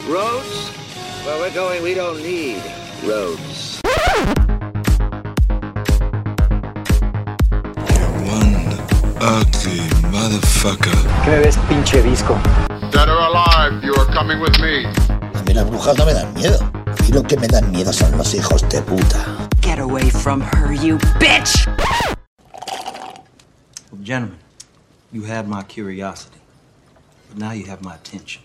Roads? Where we're going, we don't need roads. One ugly motherfucker. ¿Qué me ves, pinche disco? Dead or alive, you are coming with me. A mí las brujas no me dan miedo. A mí lo que me dan miedo son los hijos de puta. Get away from her, you bitch! Well, gentlemen, you had my curiosity, but now you have my attention.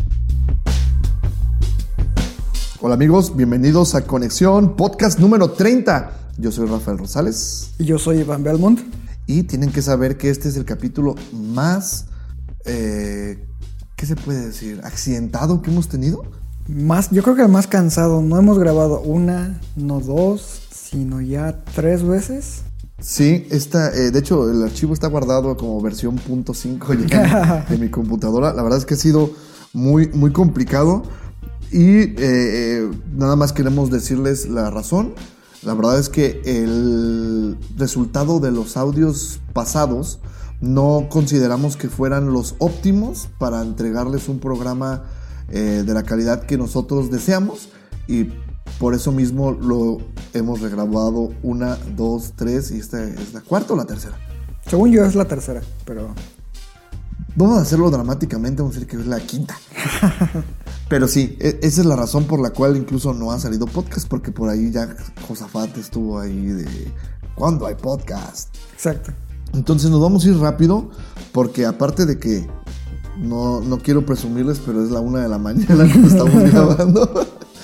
Hola amigos, bienvenidos a Conexión, podcast número 30. Yo soy Rafael Rosales. Y yo soy Van Belmont. Y tienen que saber que este es el capítulo más, ¿qué se puede decir? ¿Accidentado que hemos tenido? Yo creo que el más cansado. No hemos grabado una, no dos, sino ya 3 veces. Sí, de hecho el archivo está guardado como versión .5 ya en mi computadora. La verdad es que ha sido muy, muy complicado. Y nada más queremos decirles la razón. La verdad es que el resultado de los audios pasados no consideramos que fueran los óptimos para entregarles un programa de la calidad que nosotros deseamos, y por eso mismo lo hemos regrabado 1, 2, 3 y esta es la cuarta o la tercera. Según yo es la tercera, pero... Vamos a hacerlo dramáticamente, vamos a decir que es la quinta. Pero sí, esa es la razón por la cual incluso no ha salido podcast, porque por ahí ya Josafat estuvo ahí de ¿cuándo hay podcast? Exacto. Entonces nos vamos a ir rápido, porque aparte de que no quiero presumirles, pero es la 1 de la mañana que estamos grabando.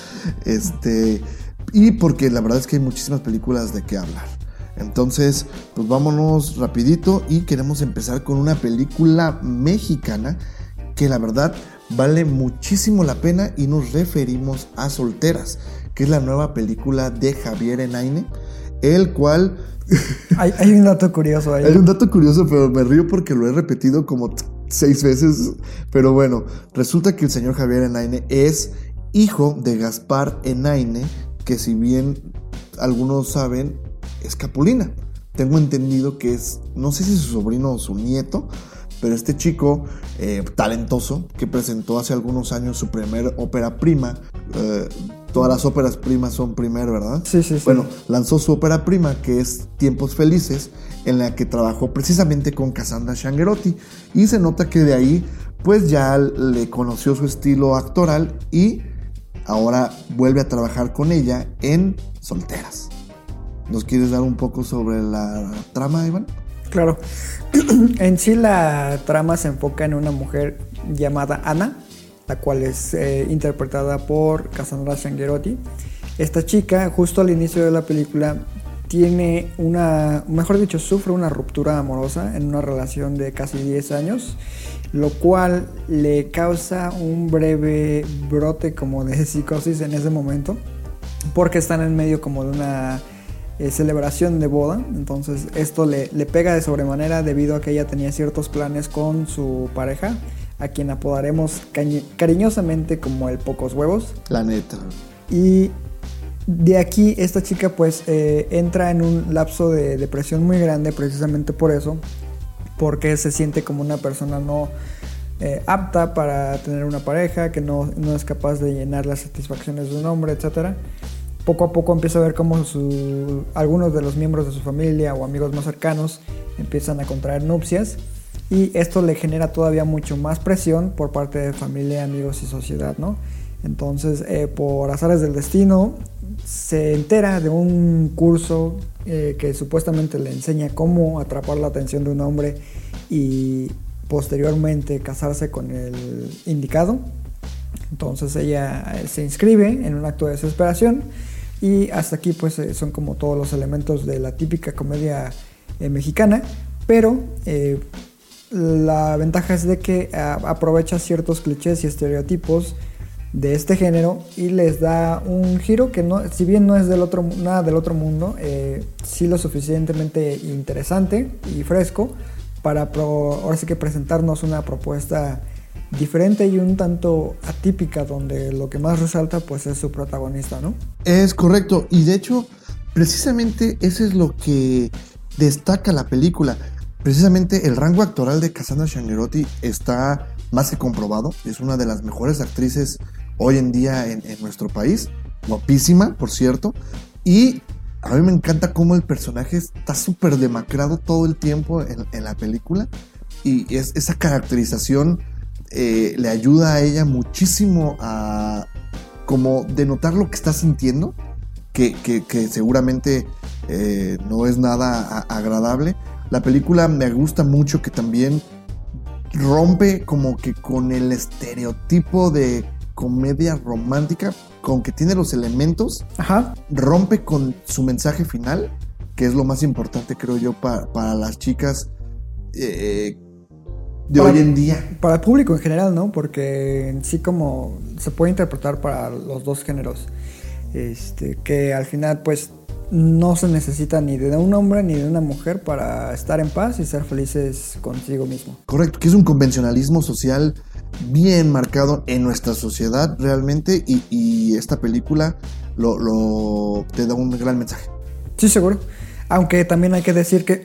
Y porque la verdad es que hay muchísimas películas de qué hablar. Entonces, pues vámonos rapidito, y queremos empezar con una película mexicana que la verdad vale muchísimo la pena, y nos referimos a Solteras, que es la nueva película de Javier Enaine, el cual... hay un dato curioso ahí. Hay un dato curioso, pero me río porque lo he repetido como 6 veces. Pero bueno, resulta que el señor Javier Enaine es hijo de Gaspar Enaine, que si bien algunos saben, es Capulina. Tengo entendido que es, no sé si su sobrino o su nieto, pero este chico talentoso, que presentó hace algunos años su primer ópera prima, todas las óperas primas son primer, ¿verdad? Sí. Bueno, lanzó su ópera prima, que es Tiempos Felices, en la que trabajó precisamente con Cassandra Sciangherotti, y se nota que de ahí pues ya le conoció su estilo actoral, y ahora vuelve a trabajar con ella en Solteras. ¿Nos quieres dar un poco sobre la trama, Iván? Claro. En sí la trama se enfoca en una mujer llamada Ana, la cual es interpretada por Cassandra Sciangherotti. Esta chica, justo al inicio de la película, sufre una ruptura amorosa en una relación de casi 10 años, lo cual le causa un breve brote como de psicosis en ese momento, porque están en medio como de una celebración de boda. Entonces esto le pega de sobremanera, debido a que ella tenía ciertos planes con su pareja, a quien apodaremos cariñosamente como el pocos huevos. La neta. Y de aquí esta chica pues entra en un lapso de depresión muy grande, precisamente por eso, porque se siente como una persona no apta para tener una pareja, que no es capaz de llenar las satisfacciones de un hombre, etcétera. Poco a poco empieza a ver cómo algunos de los miembros de su familia o amigos más cercanos empiezan a contraer nupcias, y esto le genera todavía mucho más presión por parte de familia, amigos y sociedad, ¿no? Entonces, por azares del destino, se entera de un curso que supuestamente le enseña cómo atrapar la atención de un hombre y posteriormente casarse con el indicado. Entonces ella se inscribe en un acto de desesperación, y hasta aquí pues son como todos los elementos de la típica comedia mexicana, pero la ventaja es de que aprovecha ciertos clichés y estereotipos de este género y les da un giro que, no, si bien no es nada del otro mundo, sí lo suficientemente interesante y fresco para ahora sí que presentarnos una propuesta diferente y un tanto atípica, donde lo que más resalta pues es su protagonista, ¿no? Es correcto, y de hecho precisamente eso es lo que destaca la película. Precisamente el rango actoral de Cassandra Sciangherotti está más que comprobado. Es una de las mejores actrices hoy en día en nuestro país. Guapísima, por cierto. Y a mí me encanta cómo el personaje está súper demacrado todo el tiempo en la película. Y esa caracterización le ayuda a ella muchísimo a como denotar lo que está sintiendo, que seguramente no es nada agradable. La película me gusta mucho que también rompe como que con el estereotipo de comedia romántica, con que tiene los elementos. Ajá. Rompe con su mensaje final, que es lo más importante, creo yo, para las chicas de hoy en día. Para el público en general, ¿no? Porque en sí como se puede interpretar para los dos géneros. Que al final, pues, no se necesita ni de un hombre ni de una mujer para estar en paz y ser felices consigo mismo. Correcto, que es un convencionalismo social bien marcado en nuestra sociedad realmente, y esta película te da un gran mensaje. Sí, seguro. Aunque también hay que decir que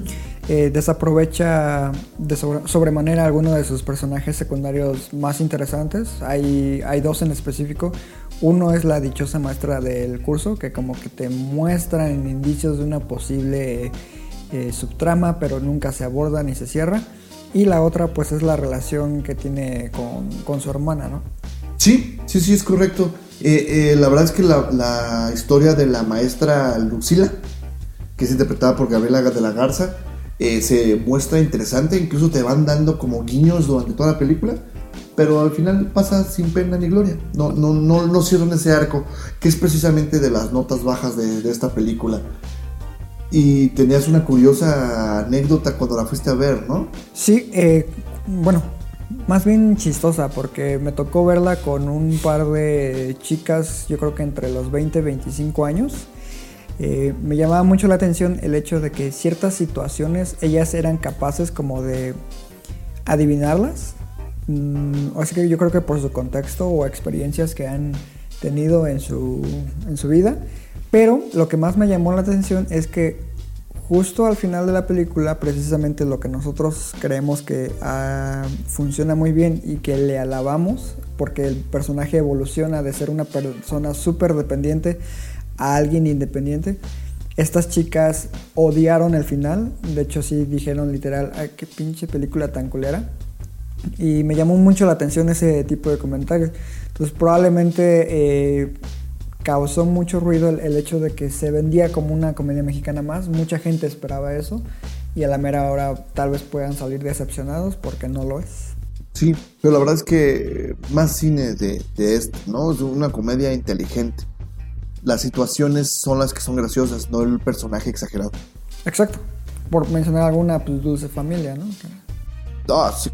desaprovecha de sobremanera algunos de sus personajes secundarios más interesantes. Hay dos en específico. Uno es la dichosa maestra del curso, que como que te muestran indicios de una posible subtrama, pero nunca se aborda ni se cierra. Y la otra pues es la relación que tiene con su hermana, ¿no? Sí, es correcto. La verdad es que la historia de la maestra Lucila, que es interpretada por Gabriela de la Garza, se muestra interesante. Incluso te van dando como guiños durante toda la película, pero al final pasa sin pena ni gloria. No cierran ese arco, que es precisamente de las notas bajas de esta película. Y tenías una curiosa anécdota cuando la fuiste a ver, ¿no? Sí, bueno, más bien chistosa, porque me tocó verla con un par de chicas, yo creo que entre los 20 y 25 años. Me llamaba mucho la atención el hecho de que ciertas situaciones ellas eran capaces como de adivinarlas. Así que yo creo que por su contexto o experiencias que han tenido en su vida. Pero lo que más me llamó la atención es que justo al final de la película, precisamente lo que nosotros creemos que funciona muy bien y que le alabamos, porque el personaje evoluciona de ser una persona súper dependiente a alguien independiente. Estas chicas odiaron el final. De hecho sí dijeron literal, ay, qué pinche película tan culera. Y me llamó mucho la atención ese tipo de comentarios. Entonces probablemente causó mucho ruido el hecho de que se vendía como una comedia mexicana más. Mucha gente esperaba eso, y a la mera hora tal vez puedan salir decepcionados porque no lo es. Sí, pero la verdad es que más cine de esto, ¿no? Es una comedia inteligente. Las situaciones son las que son graciosas, no el personaje exagerado. Exacto. Por mencionar alguna, pues Dulce Familia, ¿no? Sí.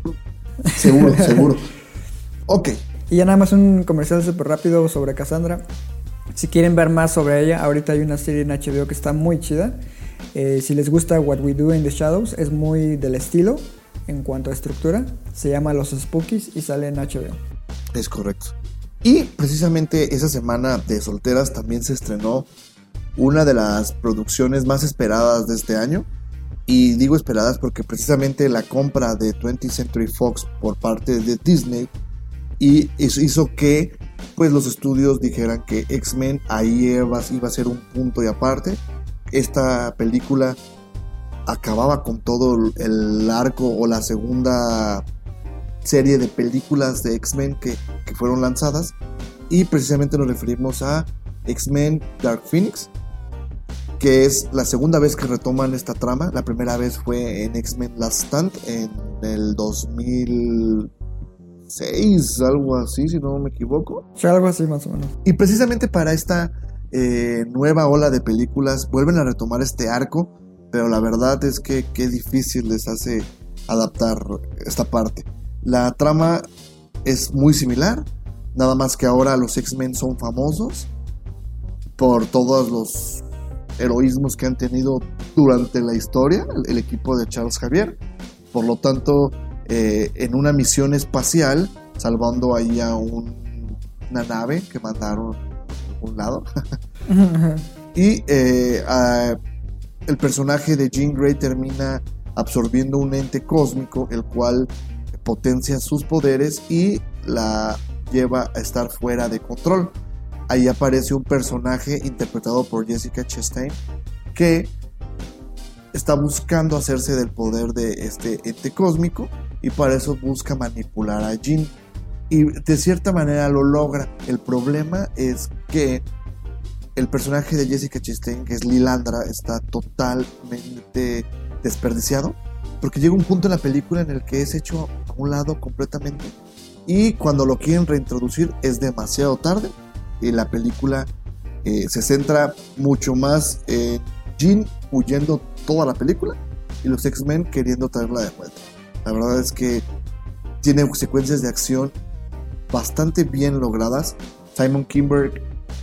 Seguro. Ok. Y ya nada más un comercial súper rápido sobre Cassandra. Si quieren ver más sobre ella, ahorita hay una serie en HBO que está muy chida. Si les gusta What We Do in the Shadows, es muy del estilo en cuanto a estructura. Se llama Los Spookies y sale en HBO. Es correcto. Y precisamente esa semana de solteras también se estrenó una de las producciones más esperadas de este año. Y digo esperadas porque precisamente la compra de 20th Century Fox por parte de Disney y eso hizo que pues los estudios dijeran que X-Men ahí iba a ser un punto y aparte. Esta película acababa con todo el arco o la segunda serie de películas de X-Men que fueron lanzadas, y precisamente nos referimos a X-Men Dark Phoenix, que es la segunda vez que retoman esta trama. La primera vez fue en X-Men Last Stand en el 2006, algo así, si no me equivoco. Sí, algo así más o menos. Y precisamente para esta nueva ola de películas vuelven a retomar este arco, pero la verdad es que qué difícil les hace adaptar esta parte. La trama es muy similar, nada más que ahora los X-Men son famosos por todos los heroísmos que han tenido durante la historia, el equipo de Charles Xavier. Por lo tanto, en una misión espacial, salvando ahí a una nave que mandaron a un lado, y el personaje de Jean Grey termina absorbiendo un ente cósmico, el cual potencia sus poderes y la lleva a estar fuera de control. Ahí aparece un personaje interpretado por Jessica Chastain que está buscando hacerse del poder de este ente cósmico y para eso busca manipular a Jean y de cierta manera lo logra. El problema es que el personaje de Jessica Chastain, que es Lilandra, está totalmente desperdiciado porque llega un punto en la película en el que es hecho a un lado completamente y cuando lo quieren reintroducir es demasiado tarde y la película se centra mucho más en Jean huyendo toda la película y los X-Men queriendo traerla de vuelta. La verdad es que tiene secuencias de acción bastante bien logradas. Simon Kinberg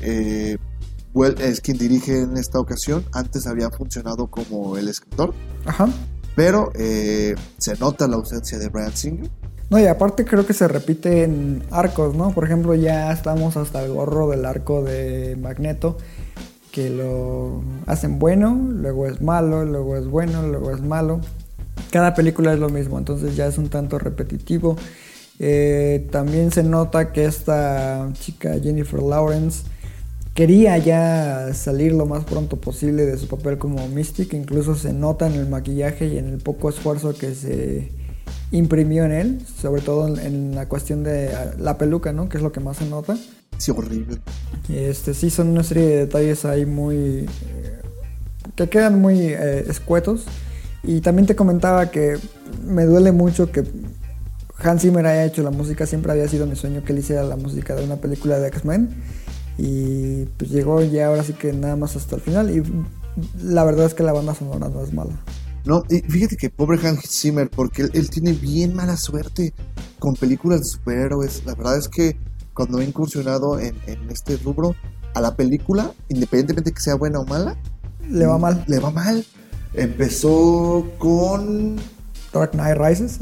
es quien dirige en esta ocasión. Antes había funcionado como el escritor. Ajá. Pero se nota la ausencia de Bryan Singer. No, y aparte creo que se repite en arcos, ¿no? Por ejemplo, ya estamos hasta el gorro del arco de Magneto, que lo hacen bueno, luego es malo, luego es bueno, luego es malo. Cada película es lo mismo, entonces ya es un tanto repetitivo. También se nota que esta chica Jennifer Lawrence quería ya salir lo más pronto posible de su papel como Mystic. Incluso se nota en el maquillaje y en el poco esfuerzo que se imprimió en él, sobre todo en la cuestión de la peluca, ¿no? Que es lo que más se nota. Sí, horrible. Sí, son una serie de detalles ahí muy que quedan muy escuetos. Y también te comentaba que me duele mucho que Hans Zimmer haya hecho la música. Siempre había sido mi sueño que él hiciera la música de una película de X-Men y pues llegó ya ahora sí que nada más hasta el final. Y la verdad es que la banda sonora no es mala. No, y fíjate que pobre Hans Zimmer, porque él tiene bien mala suerte con películas de superhéroes. La verdad es que cuando he incursionado en este rubro, a la película, independientemente que sea buena o mala, le va mal. Le va mal. Empezó con Dark Knight Rises.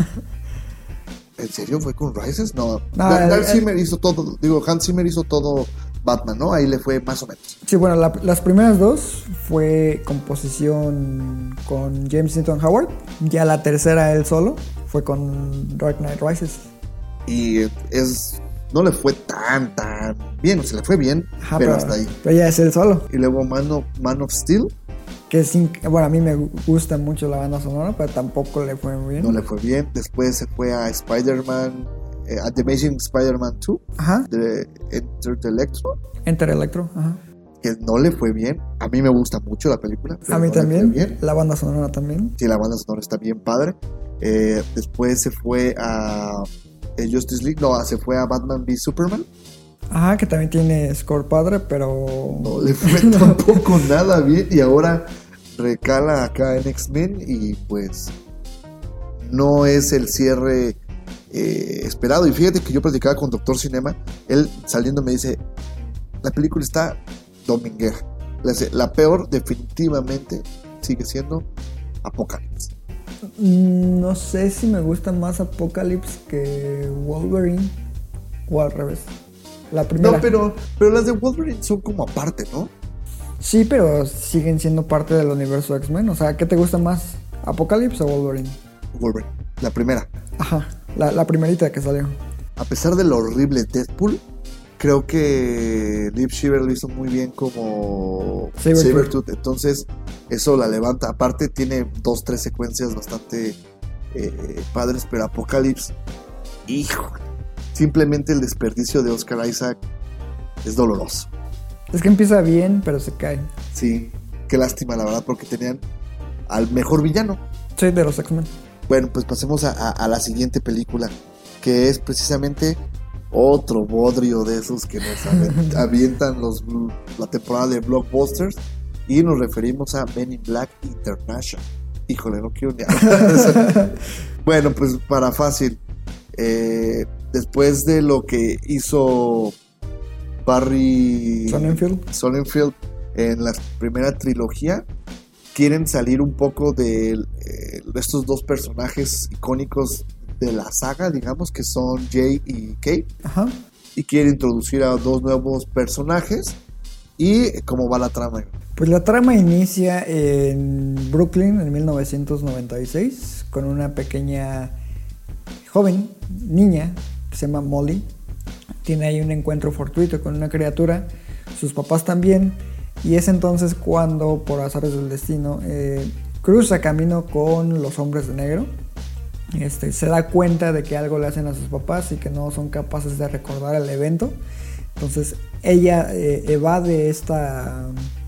¿En serio fue con Rises? No. Hans Zimmer hizo todo Batman, ¿no? Ahí le fue más o menos. Sí, bueno, las primeras dos fue composición con James Newton Howard. Ya la tercera él solo fue con Dark Knight Rises. Y no le fue tan bien, o sea, le fue bien, pero hasta ahí. Pero ya es él solo. Y luego Man of Steel. Que bueno, a mí me gusta mucho la banda sonora, pero tampoco le fue muy bien. No le fue bien. Después se fue a Spider-Man, a The Amazing Spider-Man 2. Ajá. De Enter Electro, ajá. Que no le fue bien. A mí me gusta mucho la película. A mí no también. La banda sonora también. Sí, la banda sonora está bien padre. Después se fue a Justice League. No, se fue a Batman v Superman. Ajá, que también tiene score padre, pero no le fue tampoco nada bien. Y ahora recala acá en X-Men y pues no es el cierre esperado. Y fíjate que yo platicaba con Doctor Cinema. Él saliendo me dice: la película está dominguera. La peor definitivamente sigue siendo Apocalypse. No sé si me gusta más Apocalypse que Wolverine o al revés. La primera. No, pero las de Wolverine son como aparte, ¿no? Sí, pero siguen siendo parte del universo X-Men. O sea, ¿qué te gusta más? ¿Apocalypse o Wolverine? Wolverine, la primera. Ajá, la primerita que salió. A pesar de lo horrible Deadpool, creo que Liv Schreiber lo hizo muy bien como Sabretooth. Entonces, eso la levanta. Aparte, tiene 2-3 secuencias bastante padres, pero Apocalypse, hijo, simplemente el desperdicio de Oscar Isaac es doloroso. Es que empieza bien, pero se cae. Sí, qué lástima, la verdad, porque tenían al mejor villano. Sí, de los X-Men. Bueno, pues pasemos a la siguiente película, que es precisamente otro bodrio de esos que nos avientan la temporada de blockbusters, y nos referimos a Men in Black International. Híjole, no quiero ni hablar. Bueno, pues para fácil, después de lo que hizo Barry Sonnenfeld en la primera trilogía, quieren salir un poco de estos dos personajes icónicos de la saga, digamos, que son Jay y Kate. Ajá. Y quiere introducir a dos nuevos personajes. ¿Y cómo va la trama? Pues la trama inicia en Brooklyn en 1996 con una pequeña joven niña que se llama Molly, tiene ahí un encuentro fortuito con una criatura, sus papás también, y es entonces cuando, por azares del destino, cruza camino con los hombres de negro. Se da cuenta de que algo le hacen a sus papás y que no son capaces de recordar el evento. Entonces ella evade esta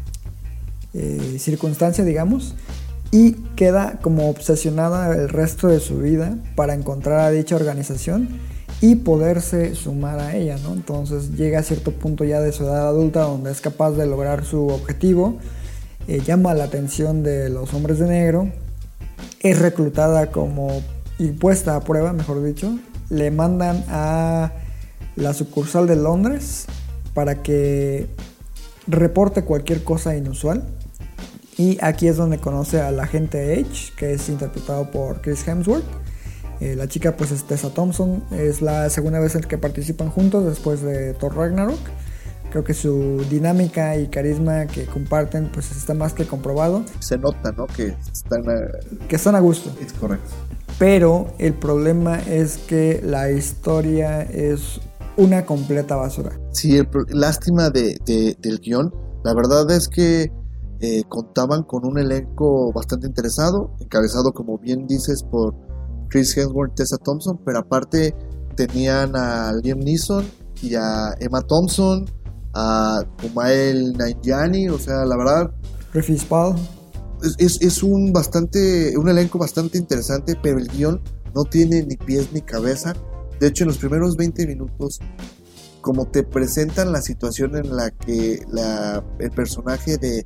circunstancia, digamos, y queda como obsesionada el resto de su vida para encontrar a dicha organización y poderse sumar a ella, ¿no? Entonces llega a cierto punto ya de su edad adulta donde es capaz de lograr su objetivo, llama la atención de los hombres de negro, es reclutada como y puesta a prueba, mejor dicho, le mandan a la sucursal de Londres para que reporte cualquier cosa inusual. Y aquí es donde conoce al agente H, que es interpretado por Chris Hemsworth. La chica pues es Tessa Thompson, es la segunda vez en que participan juntos después de Thor Ragnarok. Creo que su dinámica y carisma que comparten pues está más que comprobado. Se nota, ¿no? Que están a gusto. Es correcto. Pero el problema es que la historia es una completa basura. Sí, lástima del guión. La verdad es que contaban con un elenco bastante interesado, encabezado, como bien dices, por Chris Hemsworth, Tessa Thompson, pero aparte tenían a Liam Neeson y a Emma Thompson, a Kumail Nanjiani, o sea, la verdad... Raffi Spall. Es un elenco bastante interesante, pero el guión no tiene ni pies ni cabeza. De hecho, en los primeros 20 minutos, como te presentan la situación en la que el personaje de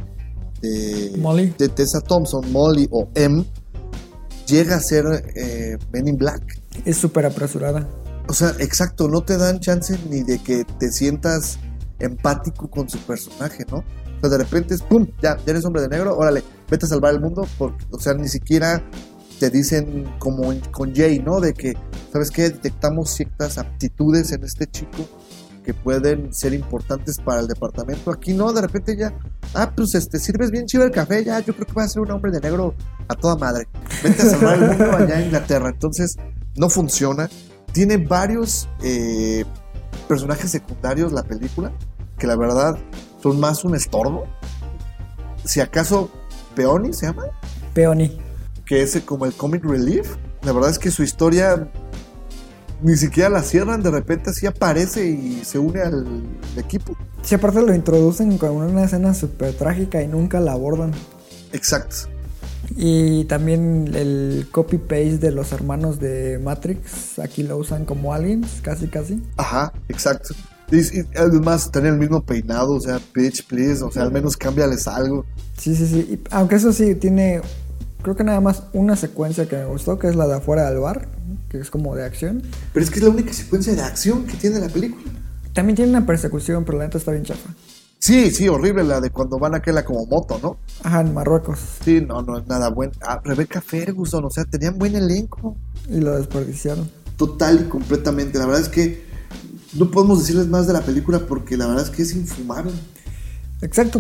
Tessa Thompson, Molly o M, llega a ser Men in Black. Es súper apresurada. O sea, exacto, no te dan chance ni de que te sientas empático con su personaje, ¿no? O sea, de repente es ¡pum! Ya eres hombre de negro, órale, vete a salvar el mundo. O sea, ni siquiera te dicen como con Jay, ¿no? De que, ¿sabes qué? Detectamos ciertas aptitudes en este chico que pueden ser importantes para el departamento. Aquí no, de repente ya, pues sirves bien chido el café, ya, yo creo que vas a ser un hombre de negro a toda madre. Vete a salvar el mundo allá en Inglaterra. Entonces, no funciona. Tiene varios personajes secundarios la película, que la verdad son más un estorbo. Si acaso Peony se llama. Peony. Que es como el comic relief. La verdad es que su historia ni siquiera la cierran, de repente así aparece y se une al equipo. Sí, aparte lo introducen con una escena súper trágica y nunca la abordan. Exacto. Y también el copy-paste de los hermanos de Matrix, aquí lo usan como aliens, casi. Ajá, exacto. Y además tener el mismo peinado, o sea, bitch, please, o sea, al menos cámbiales algo. Sí. Y, aunque eso sí, tiene, creo que nada más una secuencia que me gustó, que es la de afuera del bar, que es como de acción. Pero es que es la única secuencia de acción que tiene la película. También tiene una persecución, pero la neta está bien chafa. Sí, horrible, la de cuando van a aquella como moto, ¿no? Ajá, en Marruecos. Sí, no es nada bueno. Rebecca Ferguson, o sea, tenían buen elenco. Y lo desperdiciaron. Total y completamente. La verdad es que no podemos decirles más de la película porque la verdad es que es infumable. Exacto.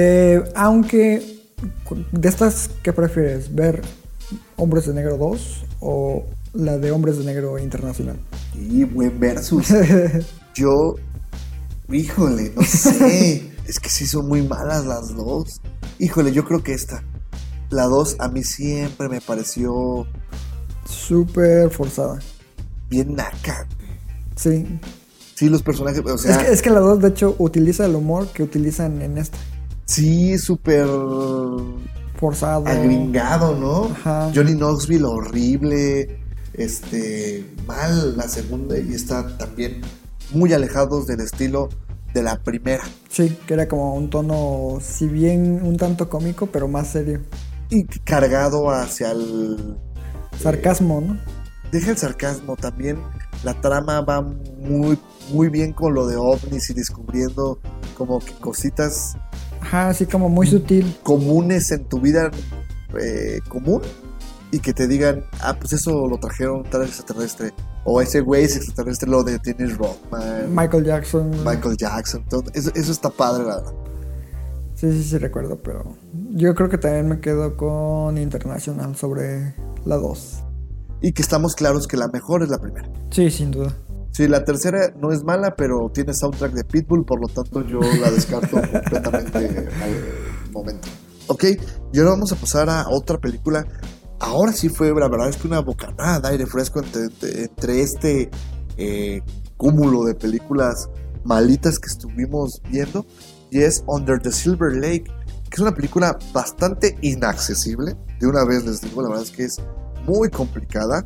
Aunque, de estas, ¿qué prefieres? ¿Ver Hombres de Negro 2 o la de Hombres de Negro Internacional? Y buen versus. Yo, híjole, no sé. Es que sí son muy malas las dos. Híjole, yo creo que esta. La 2 a mí siempre me pareció súper forzada. Bien naca. Sí. Sí, los personajes, o sea... Es que la 2, de hecho, utiliza el humor que utilizan en esta. Sí, súper... forzado. Agringado, ¿no? Ajá. Johnny Knoxville, horrible. Mal la segunda. Y está también muy alejados del estilo de la primera. Sí, que era como un tono, si bien un tanto cómico, pero más serio. Y cargado hacia el... sarcasmo, ¿no? Deja el sarcasmo también. La trama va muy bien con lo de ovnis y descubriendo como que cositas... Ajá, así como muy sutil. Comunes en tu vida común. Y que te digan, pues eso lo trajeron tal extraterrestre. O ese güey es extraterrestre, lo de Dennis Rodman. Michael Jackson. Entonces, eso está padre, la verdad. Sí, recuerdo, pero yo creo que también me quedo con Internacional sobre la 2. Y que estamos claros que la mejor es la primera. Sí, sin duda. Sí, la tercera no es mala, pero tiene soundtrack de Pitbull, por lo tanto yo la descarto completamente al momento. Ok, y ahora vamos a pasar a otra película. Ahora sí fue, la verdad es que una bocanada de aire fresco entre este cúmulo de películas malitas que estuvimos viendo, y es Under the Silver Lake, que es una película bastante inaccesible. De una vez les digo, la verdad es que es muy complicada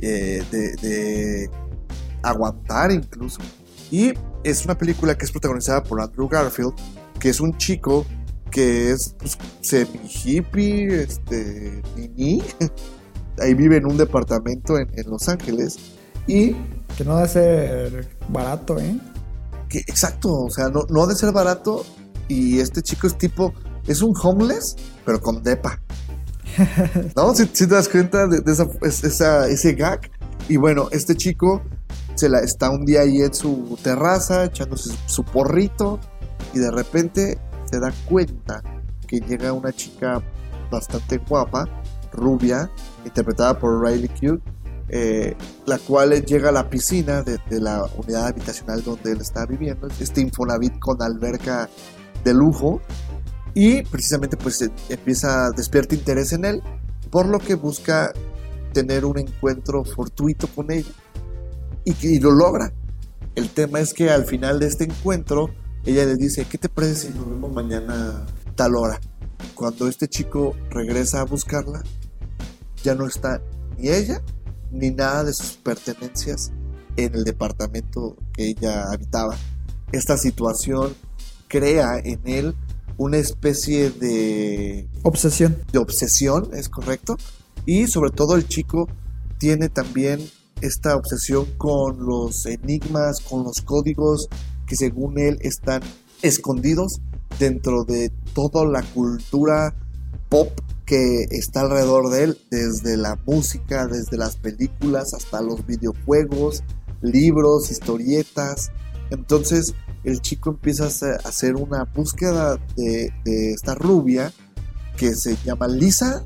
de aguantar incluso. Y es una película que es protagonizada por Andrew Garfield, que es un chico que es pues, semi-hippie, niní. Ahí vive en un departamento en Los Ángeles. Y que no debe ser barato, exacto, o sea, no ha de ser barato. Y este chico es un homeless, pero con depa. ¿No? Si te das cuenta de ese gag. Y bueno, este chico está un día ahí en su terraza echándose su porrito, y de repente se da cuenta que llega una chica bastante guapa, rubia, interpretada por Riley Keough, la cual llega a la piscina de la unidad habitacional donde él está viviendo, este Infonavit con alberca de lujo, y precisamente pues despierta interés en él, por lo que busca tener un encuentro fortuito con ella, y lo logra. El tema es que al final de este encuentro ella le dice: ¿qué te parece si nos vemos mañana tal hora? Cuando este chico regresa a buscarla, ya no está ni ella ni nada de sus pertenencias en el departamento que ella habitaba. Esta situación crea en él una especie de obsesión. Es correcto. Y sobre todo el chico tiene también esta obsesión con los enigmas, con los códigos que según él están escondidos dentro de toda la cultura pop que está alrededor de él, desde la música, desde las películas hasta los videojuegos, libros, historietas. Entonces el chico empieza a hacer una búsqueda de esta rubia que se llama Lisa.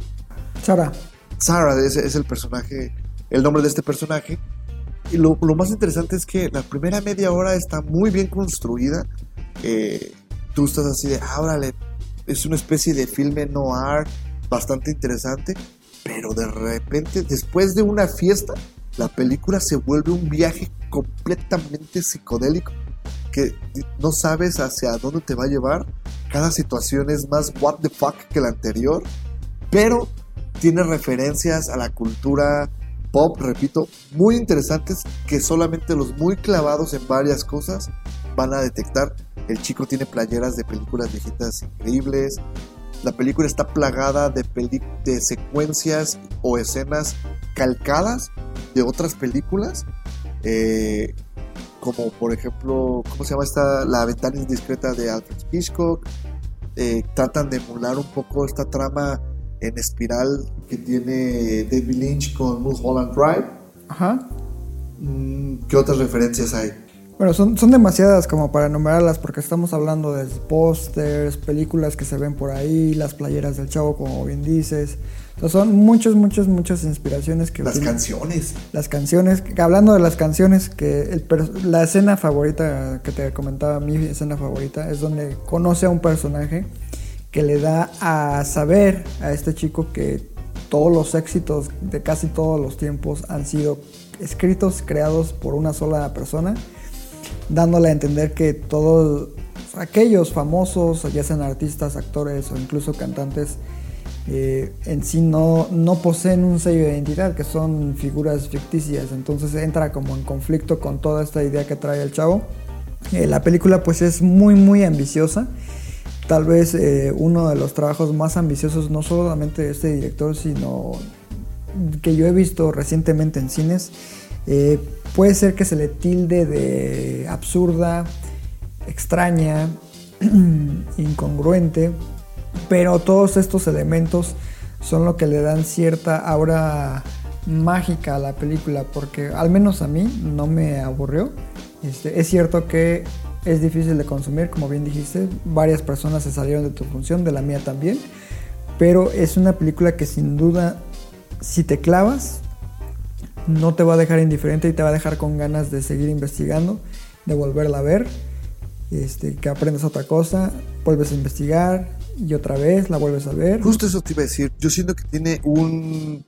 Sarah es el personaje, el nombre de este personaje. Y lo más interesante es que la primera media hora está muy bien construida. Tú estás así de, órale, es una especie de filme noir bastante interesante, pero de repente, después de una fiesta, la película se vuelve un viaje completamente psicodélico, que no sabes hacia dónde te va a llevar. Cada situación es más what the fuck que la anterior, pero tiene referencias a la cultura pop, repito, muy interesantes, que solamente los muy clavados en varias cosas van a detectar. El chico tiene playeras de películas viejitas increíbles. La película está plagada de secuencias o escenas calcadas de otras películas, como por ejemplo, ¿cómo se llama esta? La ventana indiscreta de Alfred Hitchcock. Tratan de emular un poco esta trama en espiral que tiene David Lynch con Mulholland Drive. Ajá. ¿Qué otras referencias hay? Bueno, son demasiadas como para enumerarlas, porque estamos hablando de pósters, películas que se ven por ahí, las playeras del chavo, como bien dices. Entonces son muchas inspiraciones que las canciones. Las canciones, hablando de las canciones, que la escena favorita que te comentaba, mi escena favorita, es donde conoce a un personaje que le da a saber a este chico que todos los éxitos de casi todos los tiempos han sido escritos, creados por una sola persona, dándole a entender que todos aquellos famosos, ya sean artistas, actores o incluso cantantes, en sí no poseen un sello de identidad, que son figuras ficticias. Entonces entra como en conflicto con toda esta idea que trae el chavo. La película pues es muy ambiciosa. Tal vez uno de los trabajos más ambiciosos, no solamente de este director, sino que yo he visto recientemente en cines. Puede ser que se le tilde de absurda, extraña, incongruente, pero todos estos elementos son lo que le dan cierta aura mágica a la película, porque al menos a mí no me aburrió. Es cierto que es difícil de consumir, como bien dijiste, varias personas se salieron de tu función, de la mía también, pero es una película que sin duda, si te clavas, no te va a dejar indiferente y te va a dejar con ganas de seguir investigando, de volverla a ver, que aprendas otra cosa, vuelves a investigar y otra vez la vuelves a ver. Justo eso te iba a decir. Yo siento que tiene un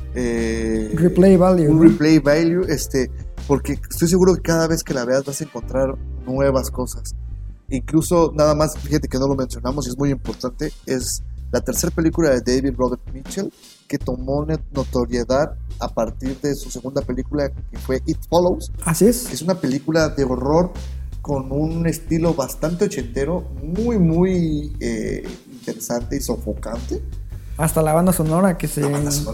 replay value. Un replay value, porque estoy seguro que cada vez que la veas vas a encontrar nuevas cosas. Incluso, nada más, fíjate que no lo mencionamos y es muy importante, es la tercera película de David Robert Mitchell, que tomó notoriedad a partir de su segunda película, que fue It Follows. Así es. Es una película de horror con un estilo bastante ochentero, muy, muy interesante y sofocante. Hasta la banda sonora que se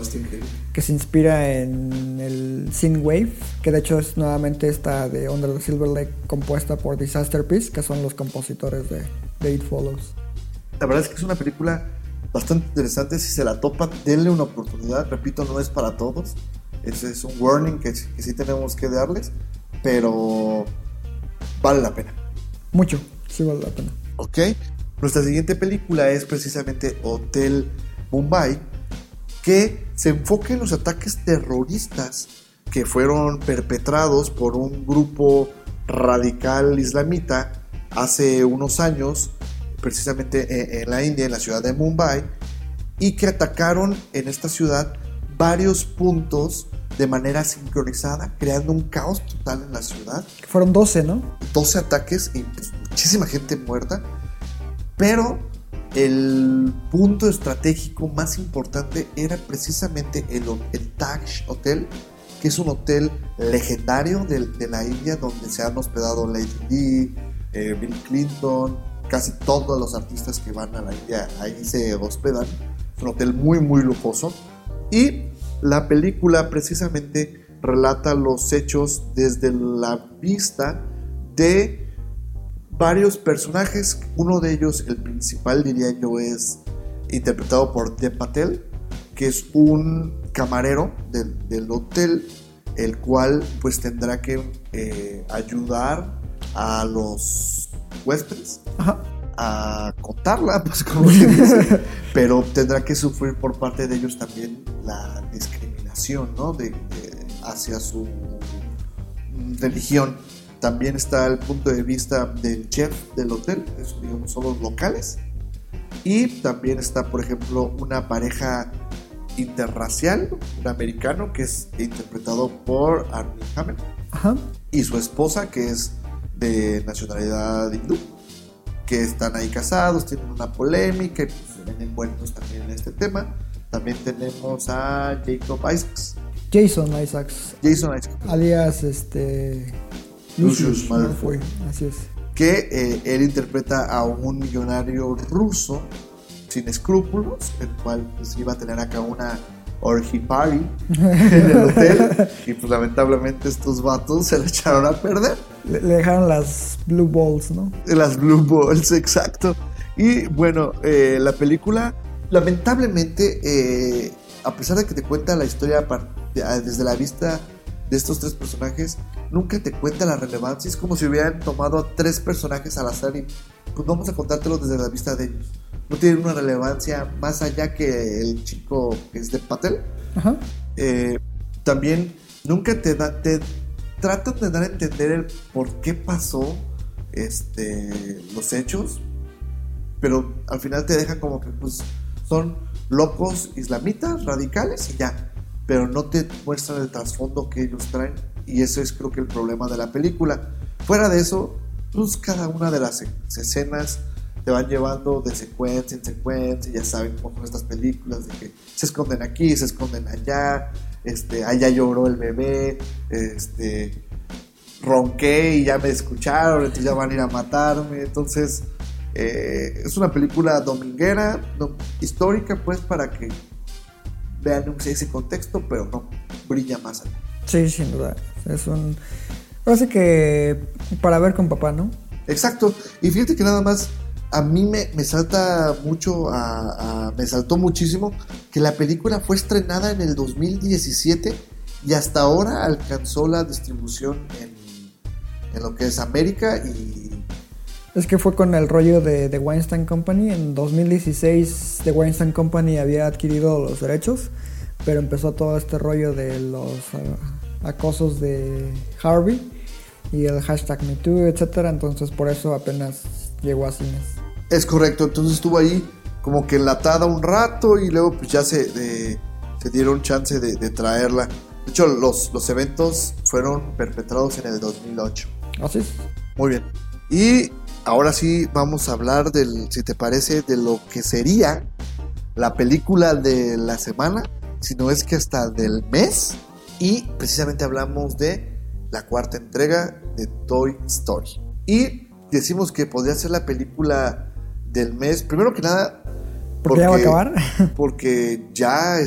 inspira en el Synthwave, que de hecho es nuevamente esta de Under the Silver Lake, compuesta por Disaster Peace, que son los compositores de It Follows. La verdad es que es una película bastante interesante. Si se la topan, denle una oportunidad. Repito, no es para todos. Ese es un warning que sí tenemos que darles, pero vale la pena. Mucho, sí vale la pena. Ok, nuestra siguiente película es precisamente Hotel Mumbai, que se enfoca en los ataques terroristas que fueron perpetrados por un grupo radical islamita hace unos años, precisamente en la India, en la ciudad de Mumbai, y que atacaron en esta ciudad varios puntos de manera sincronizada, creando un caos total en la ciudad. Fueron 12, ¿no? 12 ataques y pues, muchísima gente muerta, pero el punto estratégico más importante era precisamente el Taj Hotel, que es un hotel legendario de la India, donde se han hospedado Lady Di, Bill Clinton, casi todos los artistas que van a la India ahí se hospedan. Es un hotel muy muy lujoso, y la película precisamente relata los hechos desde la vista de varios personajes. Uno de ellos, el principal diría yo, es interpretado por Dev Patel, que es un camarero del hotel, el cual pues tendrá que ayudar a los huéspedes. Ajá. A contarla, pues como se dice, pero tendrá que sufrir por parte de ellos también la discriminación, ¿no? Hacia su religión. También está el punto de vista del chef del hotel, eso, digamos, son los locales. Y también está, por ejemplo, una pareja interracial, un americano que es interpretado por Armie Hammer. Ajá. Y su esposa, que es de nacionalidad hindú, que están ahí casados, tienen una polémica y pues, se ven envueltos también en este tema. También tenemos a Jason Isaacs, alias Lucius Malfoy, así es. Que él interpreta a un millonario ruso sin escrúpulos, el cual pues, iba a tener acá una orgy party en el hotel, y pues lamentablemente estos vatos se le echaron a perder. Le dejaron las blue balls, ¿no? Las blue balls, exacto. Y bueno, la película, lamentablemente, a pesar de que te cuenta la historia desde la vista de estos tres personajes, nunca te cuenta la relevancia. Es como si hubieran tomado a tres personajes al azar y pues vamos a contártelo desde la vista de ellos. No tienen una relevancia más allá que el chico que es de Patel. Ajá. También nunca te tratan de dar a entender el por qué pasó los hechos, pero al final te dejan como que pues son locos islamitas radicales y ya, pero no te muestran el trasfondo que ellos traen, y eso es creo que el problema de la película. Fuera de eso, pues cada una de las escenas te van llevando de secuencia en secuencia. Ya saben cómo son estas películas, de que se esconden aquí, se esconden allá, allá lloró el bebé, ronqué y ya me escucharon, entonces ya van a ir a matarme. Entonces es una película dominguera, histórica, pues, para que vean ese contexto, pero no brilla más allá. Sí, sin duda. Es un... Parece que para ver con papá, ¿no? Exacto. Y fíjate que nada más a mí me salta mucho, me saltó muchísimo que la película fue estrenada en el 2017 y hasta ahora alcanzó la distribución en lo que es América. Y es que fue con el rollo de The Weinstein Company. En 2016 The Weinstein Company había adquirido los derechos pero empezó todo este rollo de los acosos de Harvey y el hashtag MeToo, etcétera. Entonces por eso apenas llegó a cines. Es correcto, entonces estuvo ahí como que enlatada un rato y luego pues ya se dieron chance de traerla. De hecho, los eventos fueron perpetrados en el 2008. Así es. Muy bien. Y ahora sí vamos a hablar si te parece, de lo que sería la película de la semana, si no es que hasta del mes. Y precisamente hablamos de la cuarta entrega de Toy Story. Y decimos que podría ser la película del mes, primero que nada, porque ya va a acabar. Porque ya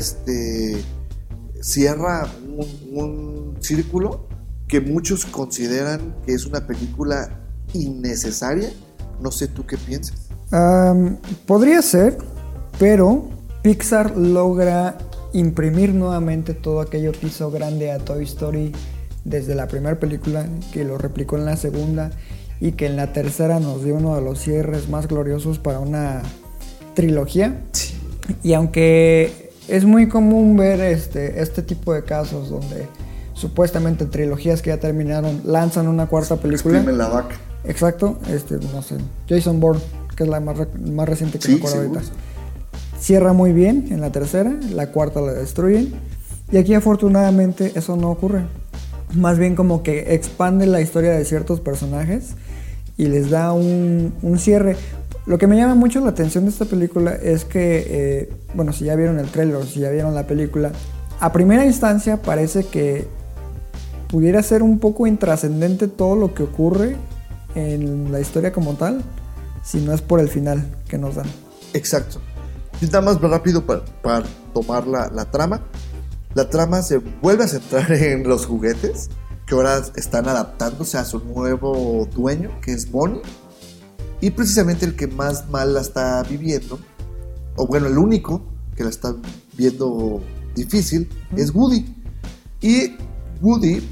cierra un círculo que muchos consideran que es una película innecesaria. No sé tú qué piensas. Podría ser, pero Pixar logra imprimir nuevamente todo aquello que hizo grande a Toy Story desde la primera película, que lo replicó en la segunda y que en la tercera nos dio uno de los cierres más gloriosos para una trilogía. Sí. Y aunque es muy común ver este tipo de casos donde supuestamente trilogías que ya terminaron lanzan una cuarta película. Exprime la vaca. Exacto, no sé, Jason Bourne, que es la más reciente que me acuerdo ahorita. Cierra muy bien en la tercera, la cuarta la destruyen. Y aquí afortunadamente eso no ocurre. Más bien como que expande la historia de ciertos personajes y les da un cierre. Lo que me llama mucho la atención de esta película es que, bueno, si ya vieron el tráiler o si ya vieron la película, a primera instancia parece que pudiera ser un poco intrascendente todo lo que ocurre en la historia como tal, si no es por el final que nos dan. Exacto. Y nada más rápido para tomar la trama. La trama se vuelve a centrar en los juguetes, que ahora están adaptándose a su nuevo dueño, que es Bonnie. Y precisamente el que más mal la está viviendo, o bueno, el único que la está viendo difícil, es Woody. Y Woody,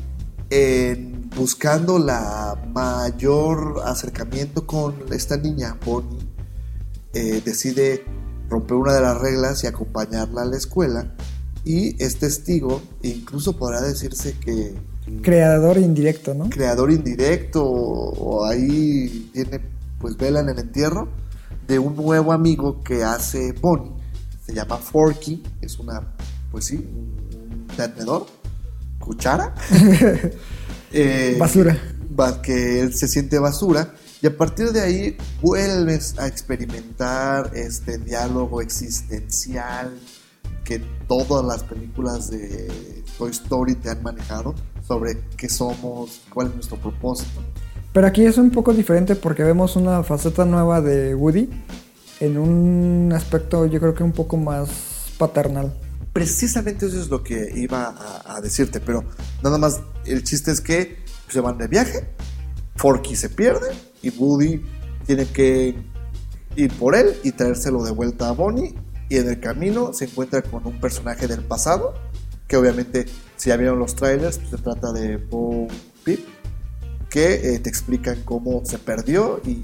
buscando la mayor acercamiento con esta niña, Bonnie, decide romper una de las reglas y acompañarla a la escuela. Y es testigo, incluso podrá decirse que... Creador indirecto, ¿no? Creador indirecto, o ahí tiene, pues, vela en el entierro de un nuevo amigo que hace Bonnie. Se llama Forky, es una, pues sí, un tenedor, cuchara. Basura. Que él se siente basura. Y a partir de ahí vuelves a experimentar este diálogo existencial que todas las películas de Toy Story te han manejado sobre qué somos, cuál es nuestro propósito. Pero aquí es un poco diferente porque vemos una faceta nueva de Woody en un aspecto, yo creo que un poco más paternal. Precisamente eso es lo que iba a decirte, pero nada más el chiste es que se van de viaje, Forky se pierde y Woody tiene que ir por él y traérselo de vuelta a Bonnie. Y en el camino se encuentra con un personaje del pasado, que obviamente, si ya vieron los trailers, pues se trata de Bo Peep, que te explican cómo se perdió y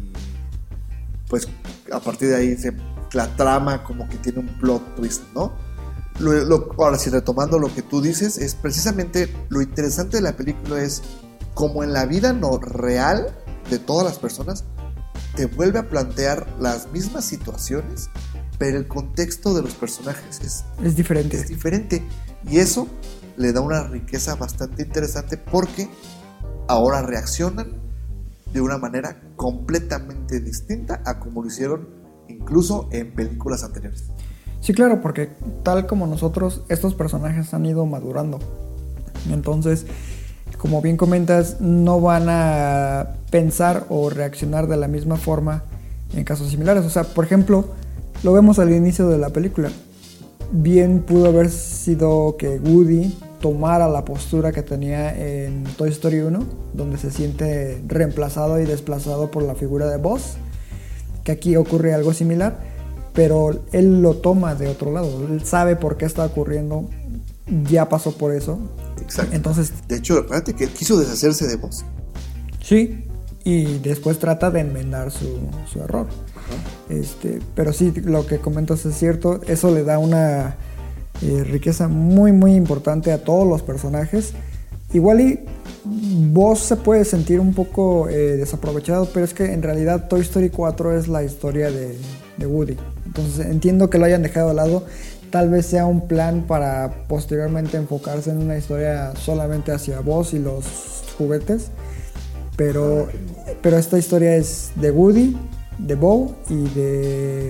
pues a partir de ahí la trama como que tiene un plot twist, ¿no? Ahora sí, retomando lo que tú dices, es precisamente lo interesante de la película es como en la vida no real de todas las personas, te vuelve a plantear las mismas situaciones, pero el contexto de los personajes es diferente. Es diferente. Y eso le da una riqueza bastante interesante porque ahora reaccionan de una manera completamente distinta a como lo hicieron incluso en películas anteriores. Sí, claro, porque tal como nosotros, estos personajes han ido madurando. Entonces, como bien comentas, no van a pensar o reaccionar de la misma forma en casos similares. O sea, por ejemplo, lo vemos al inicio de la película. Bien pudo haber sido que Woody tomara la postura que tenía en Toy Story 1, donde se siente reemplazado y desplazado por la figura de Buzz, que aquí ocurre algo similar, pero él lo toma de otro lado. Él sabe por qué está ocurriendo, ya pasó por eso. Exacto. Entonces, de hecho, acuérdate que quiso deshacerse de Buzz. Sí, y después trata de enmendar su error. Pero sí, lo que comentas es cierto. Eso le da una riqueza muy muy importante a todos los personajes. Igual y Buzz se puede sentir un poco desaprovechado, pero es que en realidad Toy Story 4 es la historia de Woody. Entonces entiendo que lo hayan dejado de lado. Tal vez sea un plan para posteriormente enfocarse en una historia solamente hacia Buzz y los juguetes. Pero esta historia es de Woody, de Bo y de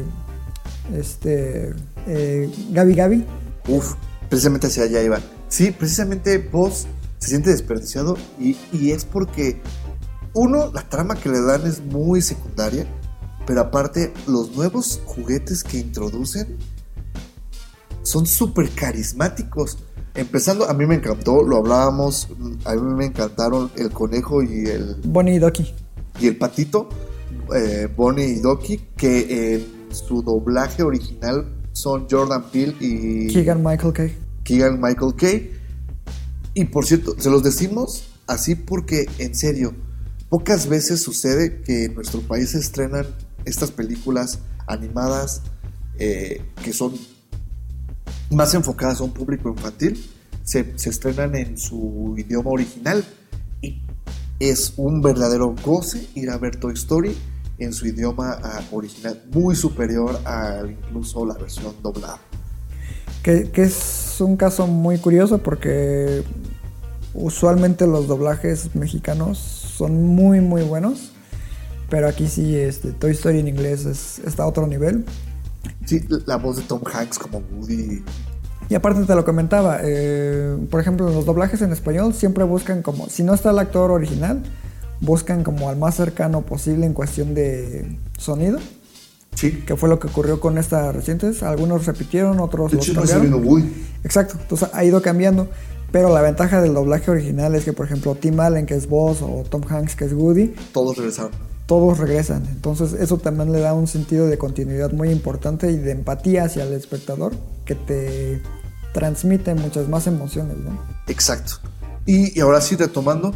Gabi Gabi. Uf, precisamente hacia allá iba. Sí, precisamente Buzz se siente desperdiciado y es porque, uno, la trama que le dan es muy secundaria, pero aparte los nuevos juguetes que introducen son súper carismáticos. Empezando, a mí me encantó, lo hablábamos, a mí me encantaron el conejo y el... Bonnie y Doki. Y el patito, Bonnie y Doki, que en su doblaje original son Jordan Peele y... Keegan Michael Kay. Y por cierto, se los decimos así porque, en serio, pocas veces sucede que en nuestro país se estrenan estas películas animadas que son más enfocadas a un público infantil, se estrenan en su idioma original y es un verdadero goce ir a ver Toy Story en su idioma original, muy superior a incluso la versión doblada. Que es un caso muy curioso porque usualmente los doblajes mexicanos son muy muy buenos, pero aquí sí Toy Story en inglés está a otro nivel. Sí, la voz de Tom Hanks como Woody. Y aparte te lo comentaba, por ejemplo, los doblajes en español siempre buscan como, si no está el actor original, buscan como al más cercano posible en cuestión de sonido. Sí. Que fue lo que ocurrió con estas recientes. Algunos repitieron, otros los cambiaron. Exacto, entonces ha ido cambiando. Pero la ventaja del doblaje original es que, por ejemplo, Tim Allen, que es Buzz, o Tom Hanks, que es Woody, todos regresan. Entonces eso también le da un sentido de continuidad muy importante y de empatía hacia el espectador que te transmite muchas más emociones, ¿no? Exacto. Y ahora sí, retomando,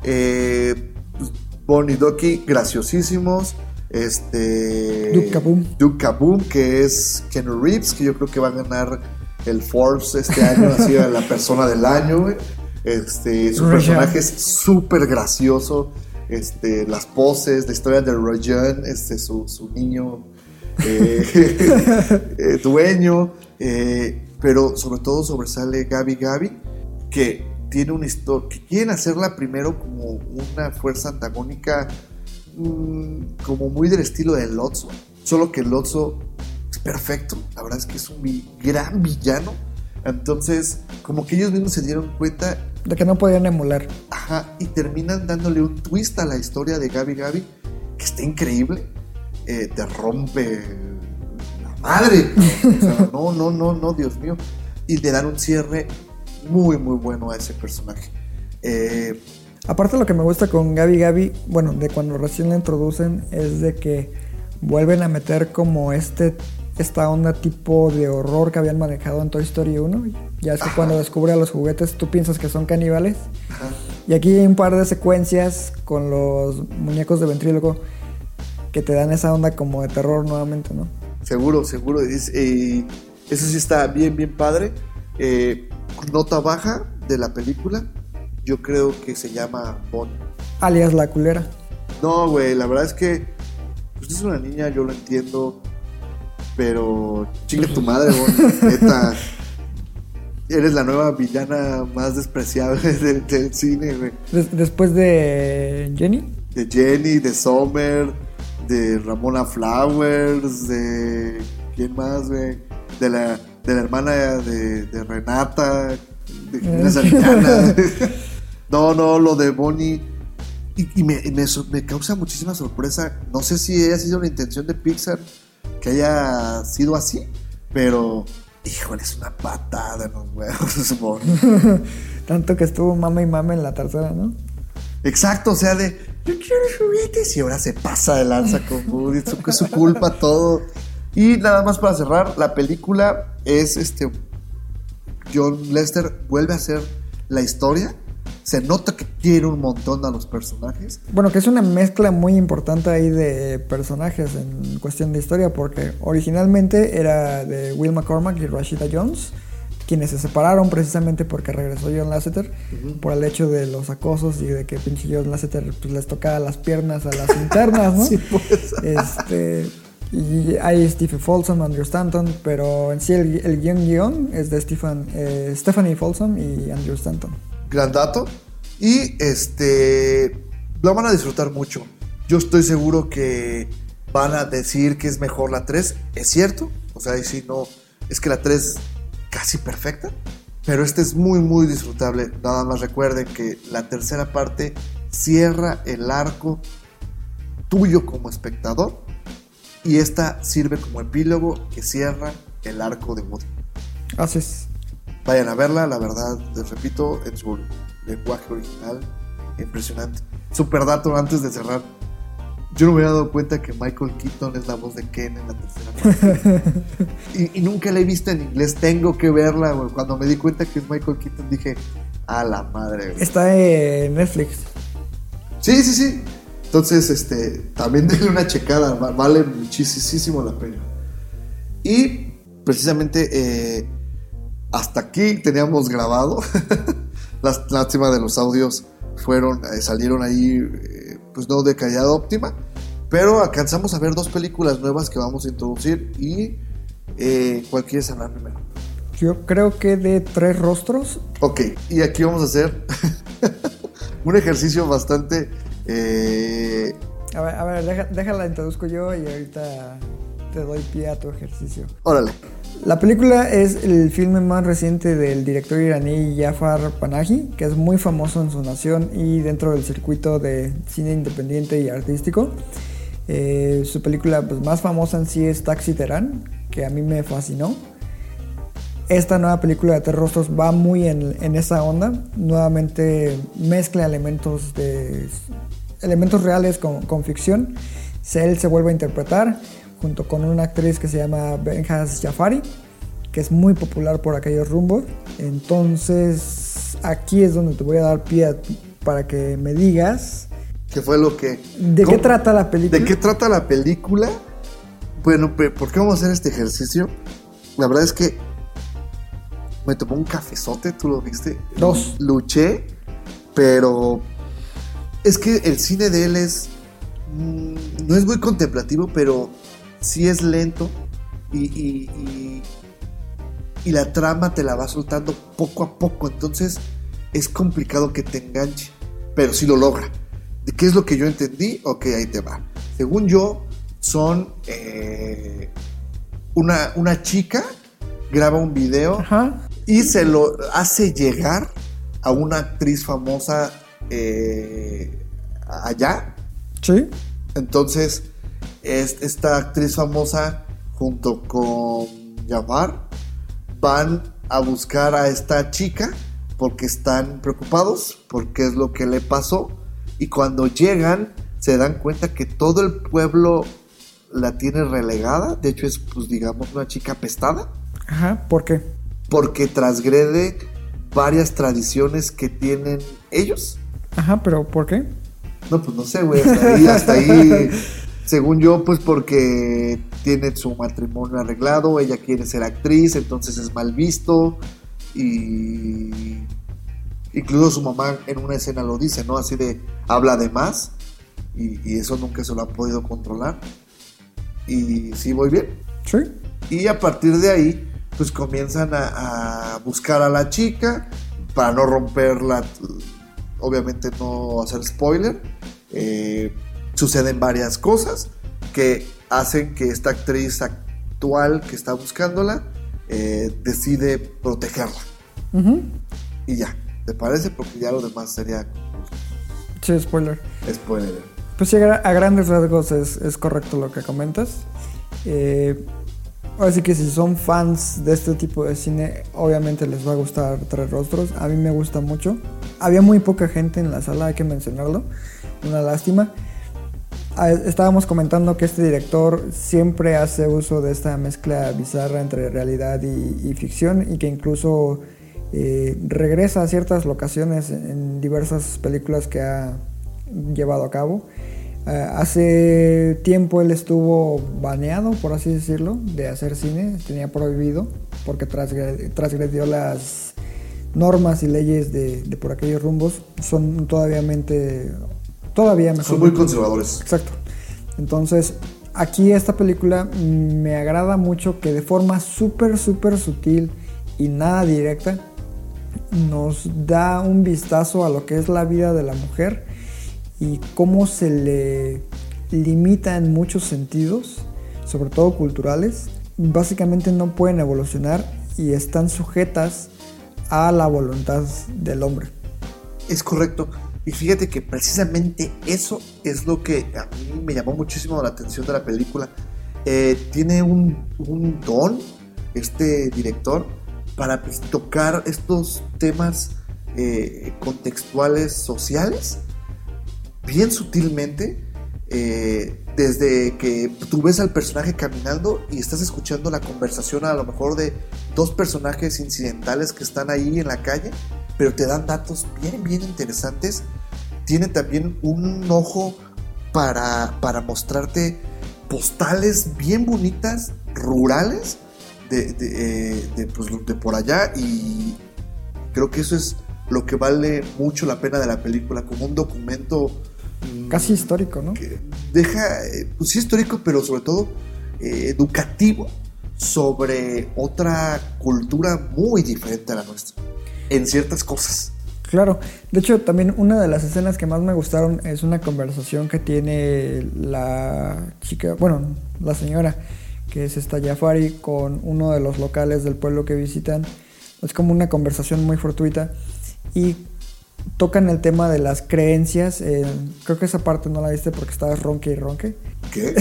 Bonnie y Doki, graciosísimos. Duke Kaboom, que es Keanu Reeves, que yo creo que va a ganar el Forbes este año, así a la persona del año, güey. Su personaje es súper gracioso. Las poses, la historia de Rojan, su niño dueño, pero sobre todo sobresale Gabi Gabi, que tiene una historia, que quieren hacerla primero como una fuerza antagónica, como muy del estilo de Lotso, solo que Lotso es perfecto, la verdad es que es un gran villano. Entonces, como que ellos mismos se dieron cuenta de que no podían emular. Ajá, y terminan dándole un twist a la historia de Gabi Gabi, que está increíble. Te rompe la madre. O sea, no, Dios mío. Y le dan un cierre muy, muy bueno a ese personaje. Aparte, lo que me gusta con Gabi Gabi, bueno, de cuando recién la introducen, es de que vuelven a meter como esta onda tipo de horror que habían manejado en Toy Story 1. Ya es que cuando descubre a los juguetes tú piensas que son caníbales. Ajá. Y aquí hay un par de secuencias con los muñecos de ventríloco que te dan esa onda como de terror nuevamente, ¿no? Seguro. Eso sí está bien, bien padre. Nota baja de la película, yo creo que se llama Bonnie. Alias la culera. No, güey, la verdad es que pues es una niña, yo lo entiendo. Pero chinga tu madre, Bonnie, neta. Eres la nueva villana más despreciable del cine, güey. Después de Jenny. De Jenny, de Summer, de Ramona Flowers, de... ¿quién más, güey? De la hermana de Renata, de Jimena Santana. No, lo de Bonnie. Y me causa muchísima sorpresa. No sé si haya sido una intención de Pixar que haya sido así, pero híjole, es una patada en los huevos, Bonnie. Tanto que estuvo mama y mama en la tercera, ¿no? Exacto, o sea, de yo quiero juguetes y ahora se pasa de lanza con Woody, es su culpa todo. Y nada más para cerrar, la película es John Lester vuelve a hacer la historia. Se nota que quiere un montón a los personajes. Bueno, que es una mezcla muy importante ahí de personajes en cuestión de historia, porque originalmente era de Will McCormack y Rashida Jones, quienes se separaron precisamente porque regresó John Lasseter, por el hecho de los acosos y de que pinche John Lasseter pues, les tocaba las piernas a las internas, ¿no? Sí, pues. Y hay Stephen Folsom, Andrew Stanton, pero en sí el guión es de Stephanie Folsom y Andrew Stanton. Gran dato. Y lo van a disfrutar mucho. Yo estoy seguro que van a decir que es mejor la 3. Es cierto. O sea, y si no, es que la 3 es casi perfecta. Pero es muy, muy disfrutable. Nada más recuerden que la tercera parte cierra el arco tuyo como espectador. Y esta sirve como epílogo que cierra el arco de Woody. Así es. Vayan a verla, la verdad, les repito, en su lenguaje original, impresionante. Super dato antes de cerrar. Yo no me había dado cuenta que Michael Keaton es la voz de Ken en la tercera parte. y nunca la he visto en inglés, tengo que verla, güey. Cuando me di cuenta que es Michael Keaton dije, a la madre, güey. Está en Netflix. Sí. Entonces, también denle una checada, vale muchísimo la pena. Y precisamente hasta aquí teníamos grabado. Lástima de los audios salieron ahí, pues no de calidad óptima, pero alcanzamos a ver 2 películas nuevas que vamos a introducir. Y ¿cuál quieres hablar primero? Yo creo que de 3 rostros. Ok, y aquí vamos a hacer un ejercicio bastante... A ver, déjala introduzco yo y ahorita te doy pie a tu ejercicio. Órale. La película es el filme más reciente del director iraní Jafar Panahi, que es muy famoso en su nación y dentro del circuito de cine independiente y artístico. Su película pues, más famosa en sí es Taxi Teherán, que a mí me fascinó. Esta nueva película de 3 rostros va muy en esa onda. Nuevamente mezcla elementos reales con ficción. Él se vuelve a interpretar junto con una actriz que se llama Benhaz Jafari, que es muy popular por aquellos rumbos. Entonces aquí es donde te voy a dar pie para que me digas ¿qué fue lo que... ¿Qué trata la película? ¿De qué trata la película? Bueno, ¿por qué vamos a hacer este ejercicio? La verdad es que me tomó un cafezote, ¿tú lo viste? 2. Luché, pero es que el cine de él no es muy contemplativo, pero sí es lento y la trama te la va soltando poco a poco, entonces es complicado que te enganche, pero sí lo logra. ¿De qué es lo que yo entendí? Ok, ahí te va. Según yo, son una chica graba un video. Ajá. Y se lo hace llegar a una actriz famosa allá. Sí. Entonces, esta actriz famosa junto con Jafar van a buscar a esta chica porque están preocupados por qué es lo que le pasó. Y cuando llegan, se dan cuenta que todo el pueblo la tiene relegada. De hecho, es, pues, digamos, una chica apestada. Ajá, ¿por qué? Porque transgrede varias tradiciones que tienen ellos. Ajá, pero ¿por qué? No, pues no sé, güey, hasta ahí, según yo, pues porque tiene su matrimonio arreglado, ella quiere ser actriz, entonces es mal visto, y incluso su mamá en una escena lo dice, ¿no? Así de, habla de más, y eso nunca se lo ha podido controlar. Y sí, voy bien. Sí. Y a partir de ahí, pues comienzan a buscar a la chica para no romperla, obviamente no hacer spoiler. Suceden varias cosas que hacen que esta actriz actual que está buscándola decide protegerla. Uh-huh. Y ya, ¿te parece? Porque ya lo demás sería... Sí, spoiler. Spoiler. Pues sí, a grandes rasgos es correcto lo que comentas. Así que si son fans de este tipo de cine, obviamente les va a gustar Tres Rostros. A mí me gusta mucho. Había muy poca gente en la sala, hay que mencionarlo. Una lástima. Estábamos comentando que este director siempre hace uso de esta mezcla bizarra entre realidad y ficción, y que incluso regresa a ciertas locaciones en diversas películas que ha llevado a cabo. Hace tiempo él estuvo baneado, por así decirlo, de hacer cine, tenía prohibido porque transgredió las normas y leyes de por aquellos rumbos. Son todavía mejor. Son muy conservadores. Exacto. Entonces, aquí esta película me agrada mucho que de forma súper sutil y nada directa nos da un vistazo a lo que es la vida de la mujer y cómo se le limita en muchos sentidos, sobre todo culturales. Básicamente no pueden evolucionar y están sujetas a la voluntad del hombre. Es correcto. Y fíjate que precisamente eso es lo que a mí me llamó muchísimo la atención de la película. Tiene un don este director para tocar estos temas contextuales sociales bien sutilmente, desde que tú ves al personaje caminando y estás escuchando la conversación a lo mejor de dos personajes incidentales que están ahí en la calle, pero te dan datos bien interesantes. Tiene también un ojo para mostrarte postales bien bonitas, rurales, de por allá, y creo que eso es lo que vale mucho la pena de la película, como un documento casi histórico, ¿no? Que deja, pues sí, histórico, pero sobre todo educativo sobre otra cultura muy diferente a la nuestra en ciertas cosas. Claro, de hecho también una de las escenas que más me gustaron es una conversación que tiene la chica, bueno, la señora, que es esta Jafari, con uno de los locales del pueblo que visitan. Es como una conversación muy fortuita y tocan el tema de las creencias. Creo que esa parte no la viste porque estabas ronque y ronque. ¿Qué?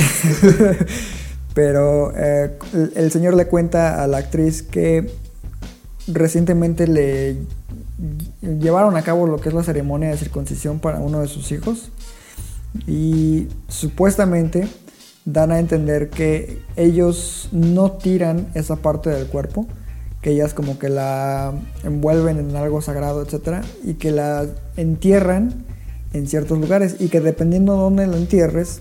Pero el señor le cuenta a la actriz que recientemente le llevaron a cabo lo que es la ceremonia de circuncisión para uno de sus hijos, y supuestamente dan a entender que ellos no tiran esa parte del cuerpo, que ellas como que la envuelven en algo sagrado, etcétera, y que la entierran en ciertos lugares, y que dependiendo de dónde la entierres,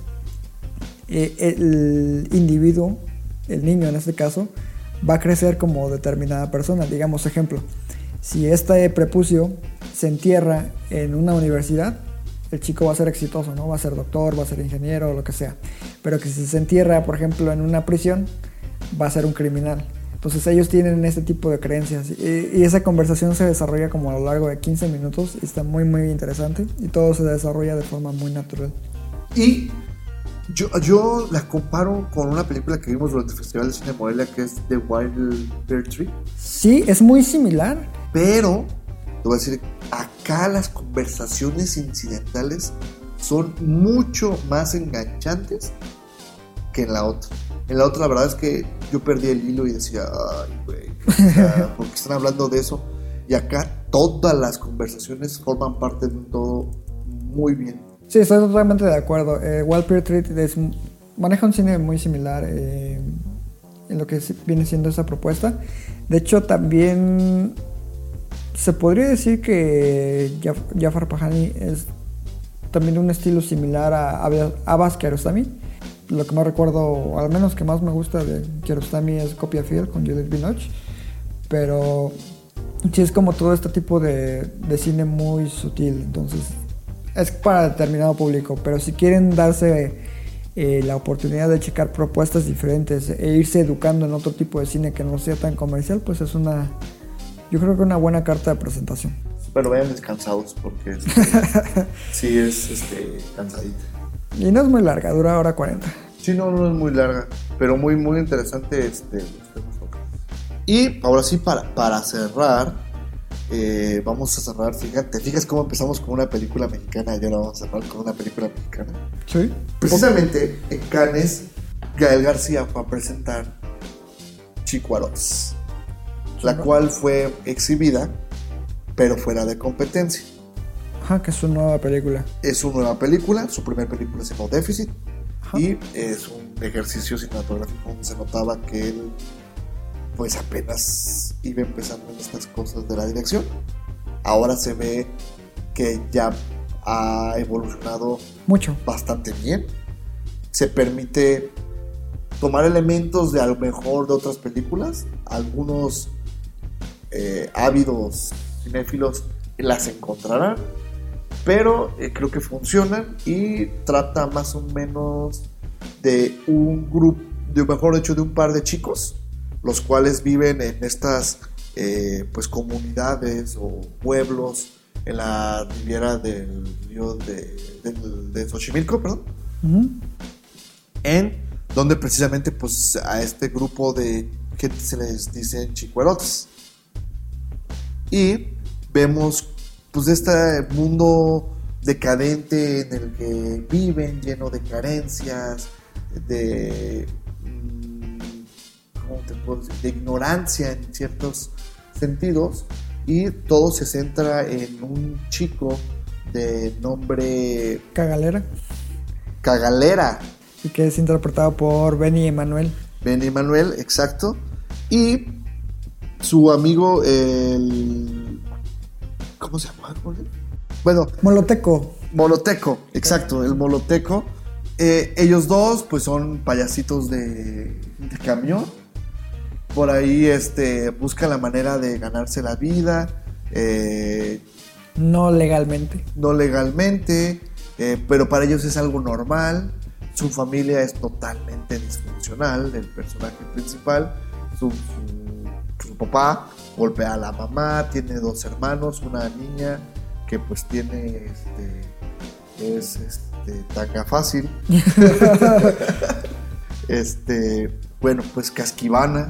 el individuo, el niño en este caso, va a crecer como determinada persona. Digamos, ejemplo, si este prepucio se entierra en una universidad, el chico va a ser exitoso, ¿no? Va a ser doctor, va a ser ingeniero, lo que sea. Pero que si se entierra, por ejemplo, en una prisión, va a ser un criminal. Entonces ellos tienen este tipo de creencias, y esa conversación se desarrolla como a lo largo de 15 minutos y está muy interesante, y todo se desarrolla de forma muy natural. Y yo la comparo con una película que vimos durante el Festival de Cine de Morelia, que es The Wild Pear Tree. Sí, es muy similar. Pero, te voy a decir, acá las conversaciones incidentales son mucho más enganchantes que en la otra. En la otra, la verdad es que yo perdí el hilo y decía, ay, güey, porque están hablando de eso. Y acá todas las conversaciones forman parte de un todo muy bien. Sí, estoy totalmente de acuerdo. Wild Pear Tree maneja un cine muy similar en lo que viene siendo esa propuesta. De hecho, también se podría decir que Jafar Panahi es también un estilo similar a Abbas Kiarostami. Lo que más recuerdo, o al menos que más me gusta de Kiarostami, es Copia Fiel con Juliette Binoche. Pero sí, es como todo este tipo de cine muy sutil. Entonces es para determinado público, pero si quieren darse la oportunidad de checar propuestas diferentes e irse educando en otro tipo de cine que no sea tan comercial, pues es yo creo que una buena carta de presentación. Pero vayan descansados porque sí es cansadita. Y no es muy larga, dura hora 40. Sí, no es muy larga, pero muy interesante los temas tocados. Y ahora sí, para cerrar, vamos a cerrar, te fijas cómo empezamos con una película mexicana y ahora vamos a cerrar con una película mexicana. Sí. Precisamente en Cannes, Gael García fue a presentar Chicuarotes, la cual fue exhibida, pero fuera de competencia. Ajá, que es su nueva película. Es su nueva película, su primera película se llamó Déficit. Ajá. Y es un ejercicio cinematográfico donde se notaba que él pues apenas iba empezando en estas cosas de la dirección. Ahora se ve que ya ha evolucionado Mucho. bastante bien. Se permite tomar elementos de a lo mejor de otras películas. Algunos ávidos cinéfilos las encontrarán, pero creo que funcionan y trata más o menos de un grupo, mejor dicho, de un par de chicos, los cuales viven en estas pues comunidades o pueblos en la riviera del río de Xochimilco, perdón. Uh-huh. En donde precisamente pues a este grupo de gente se les dicen chicuerotes. Y vemos pues este mundo decadente en el que viven, lleno de carencias, de ¿cómo te puedo decir? De ignorancia en ciertos sentidos, y todo se centra en un chico de nombre Cagalera, y que es interpretado por Benny Emanuel, exacto, y su amigo ¿cómo se llama? Bueno, Moloteco, exacto, el Moloteco. Ellos dos pues son payasitos de camión. Por ahí buscan la manera de ganarse la vida. No legalmente, pero para ellos es algo normal. Su familia es totalmente disfuncional del personaje principal. Su papá golpea a la mamá, tiene 2 hermanos, una niña que pues tiene es tanga fácil. Bueno, pues casquivana.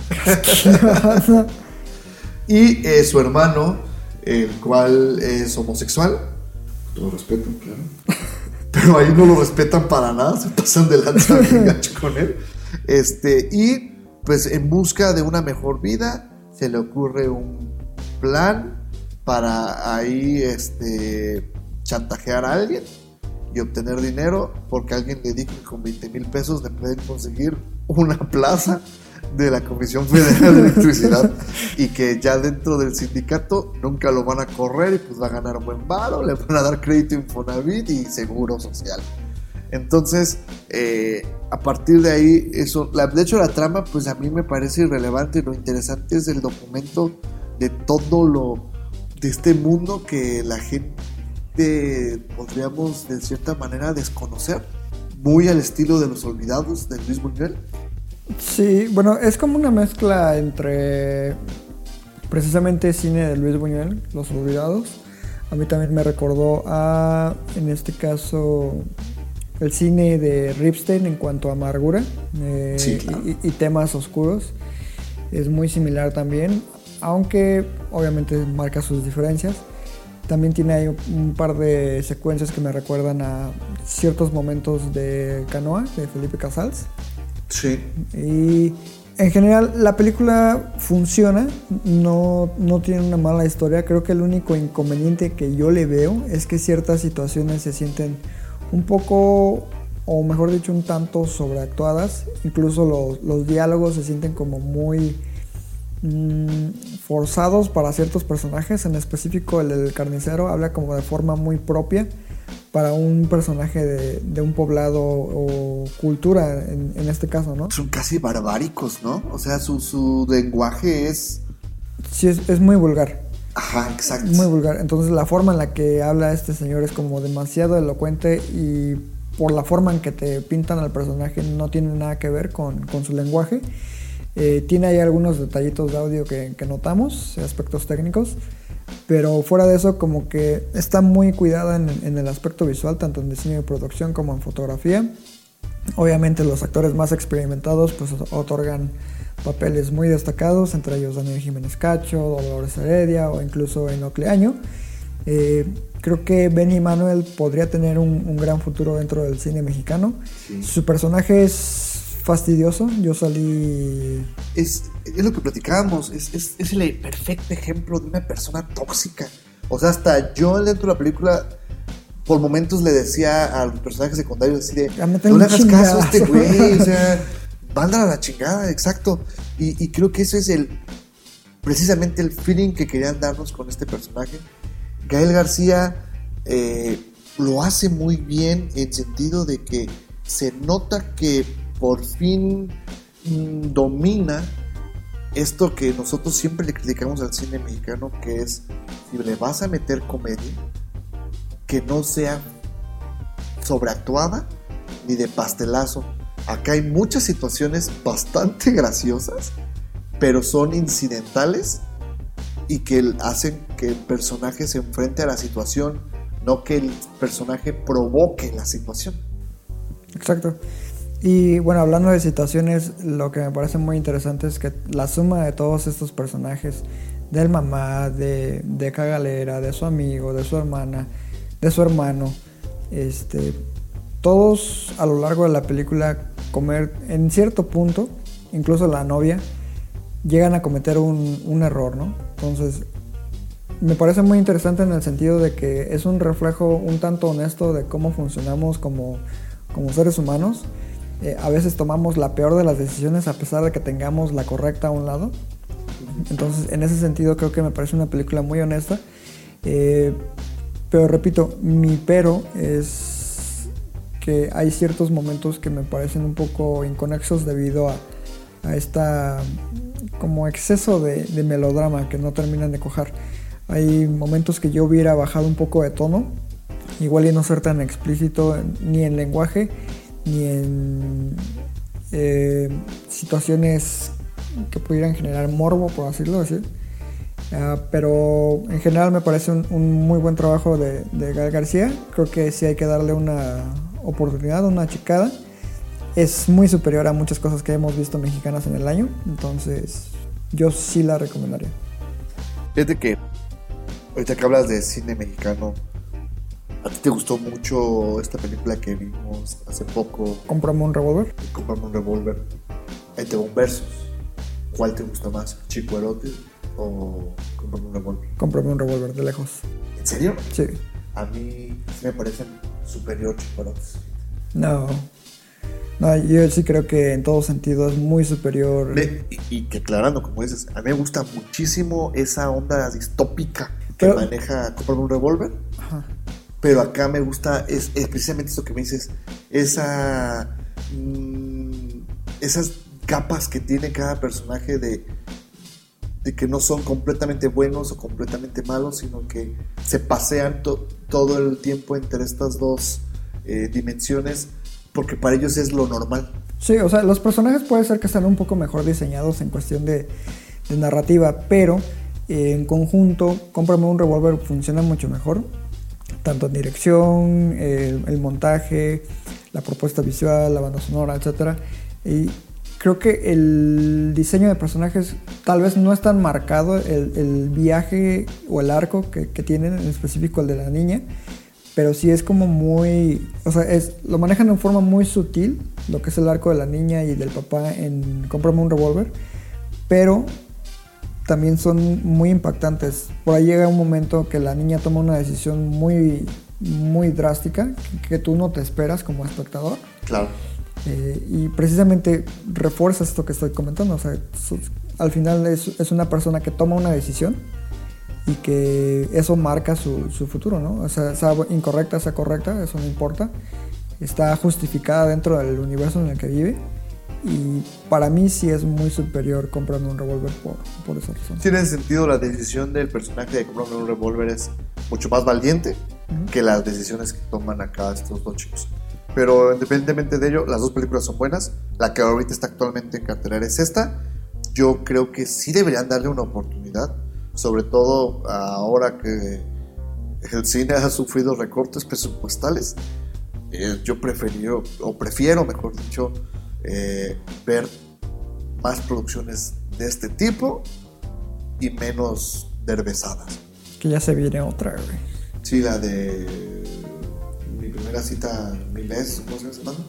Y su hermano, el cual es homosexual, todo respeto, claro, pero ahí no lo respetan para nada, se pasan de lanza bien gacho con él. Y pues en busca de una mejor vida se le ocurre un plan para ahí chantajear a alguien y obtener dinero, porque alguien le dijo que con 20,000 pesos le pueden conseguir una plaza de la Comisión Federal de Electricidad y que ya dentro del sindicato nunca lo van a correr y pues va a ganar buen varo, le van a dar crédito Infonavit y seguro social. Entonces, a partir de ahí, de hecho la trama pues a mí me parece irrelevante. Lo interesante es el documento de todo de este mundo que la gente podríamos de cierta manera desconocer, muy al estilo de Los Olvidados de Luis Buñuel. Sí, bueno, es como una mezcla entre precisamente cine de Luis Buñuel, Los Olvidados. A mí también me recordó en este caso, el cine de Ripstein en cuanto a amargura, sí, claro, y temas oscuros. Es muy similar también, aunque obviamente marca sus diferencias. También tiene ahí un par de secuencias que me recuerdan a ciertos momentos de Canoa, de Felipe Casals. Sí. Y en general la película funciona, no tiene una mala historia. Creo que el único inconveniente que yo le veo es que ciertas situaciones se sienten un poco, o mejor dicho, un tanto sobreactuadas. Incluso los diálogos se sienten como muy forzados para ciertos personajes. En específico el del carnicero habla como de forma muy propia para un personaje de un poblado o cultura en este caso, ¿no? Son casi barbáricos, ¿no? O sea, su lenguaje es... Sí, es muy vulgar. Ajá, exacto. Muy vulgar. Entonces la forma en la que habla este señor es como demasiado elocuente, y por la forma en que te pintan al personaje no tiene nada que ver con su lenguaje. Tiene ahí algunos detallitos de audio que notamos, aspectos técnicos, pero fuera de eso como que está muy cuidada en el aspecto visual, tanto en diseño de producción como en fotografía. Obviamente los actores más experimentados pues otorgan papeles muy destacados, entre ellos Daniel Jiménez Cacho, Dolores Heredia o incluso Enoc Leaño. Creo que Benny Manuel podría tener un gran futuro dentro del cine mexicano. Sí. Su personaje es fastidioso, yo salí... Es lo que platicábamos, es el perfecto ejemplo de una persona tóxica. O sea, hasta yo dentro de la película por momentos le decía a los personajes secundarios así de, no le hagas caso a este güey, o sea, mándala a la chingada, exacto. Y creo que ese es precisamente el feeling que querían darnos con este personaje. Gael García lo hace muy bien en sentido de que se nota que por fin domina esto que nosotros siempre le criticamos al cine mexicano, que es, si le vas a meter comedia, que no sea sobreactuada ni de pastelazo. Acá hay muchas situaciones bastante graciosas, pero son incidentales y que hacen que el personaje se enfrente a la situación, no que el personaje provoque la situación. Exacto. Y bueno, hablando de situaciones, lo que me parece muy interesante es que la suma de todos estos personajes, del mamá, de Cagalera, de su amigo, de su hermana, de su hermano, todos a lo largo de la película en cierto punto, incluso la novia, llegan a cometer un error, ¿no? Entonces, me parece muy interesante en el sentido de que es un reflejo un tanto honesto de cómo funcionamos como seres humanos. A veces tomamos la peor de las decisiones a pesar de que tengamos la correcta a un lado. Entonces, en ese sentido, creo que me parece una película muy honesta. Pero repito, mi pero es que hay ciertos momentos que me parecen un poco inconexos debido a esta como exceso de melodrama que no terminan de cuajar. Hay momentos que yo hubiera bajado un poco de tono, igual y no ser tan explícito ni en lenguaje ni en situaciones que pudieran generar morbo, por decirlo así. Pero en general me parece un muy buen trabajo de Gael García. Creo que sí hay que darle una oportunidad, una checada. Es muy superior a muchas cosas que hemos visto mexicanas en el año, entonces yo sí la recomendaría. Fíjate que ahorita que hablas de cine mexicano, ¿a ti te gustó mucho esta película que vimos hace poco? Cómprame un revólver. Cómprame un revólver. Ahí te va un versus. ¿Cuál te gustó más? ¿Chico Erote o Cómprame un revólver? Cómprame un revólver, de lejos. ¿En serio? Sí. A mí sí me parecen superior Chico Erote. No, yo sí creo que en todo sentido es muy superior. Y que aclarando, como dices, a mí me gusta muchísimo esa onda distópica que maneja Cómprame un revólver. Ajá. Pero acá me gusta, es precisamente esto que me dices, esas capas que tiene cada personaje de que no son completamente buenos o completamente malos, sino que se pasean todo el tiempo entre estas dos dimensiones, porque para ellos es lo normal. Sí, o sea, los personajes puede ser que estén un poco mejor diseñados en cuestión de narrativa, pero en conjunto, Cómprame un revólver funciona mucho mejor, tanto en dirección, el montaje, la propuesta visual, la banda sonora, etc. Y creo que el diseño de personajes tal vez no es tan marcado, el viaje o el arco que tienen, en específico el de la niña, pero sí es como muy, o sea, lo manejan de forma muy sutil, lo que es el arco de la niña y del papá en Cómprame un revólver, pero también son muy impactantes. Por ahí llega un momento que la niña toma una decisión muy, muy drástica que tú no te esperas como espectador. Claro. Y precisamente refuerza esto que estoy comentando. O sea, al final es una persona que toma una decisión y que eso marca su futuro, ¿no? O sea incorrecta, sea correcta, eso no importa. Está justificada dentro del universo en el que vive. Y para mí sí es muy superior Cómprame un revólver por esa razón. Tiene sentido, la decisión del personaje de Cómprame un revólver es mucho más valiente que las decisiones que toman acá estos dos chicos. Pero independientemente de ello, las dos películas son buenas. La que ahorita está actualmente en cartelera es esta. Yo creo que sí deberían darle una oportunidad, sobre todo ahora que el cine ha sufrido recortes presupuestales. Yo prefiero, mejor dicho, ver más producciones de este tipo y menos derbezadas. Que ya se viene otra, güey. Sí, la de Mi primera cita Milés, ¿cómo se llama?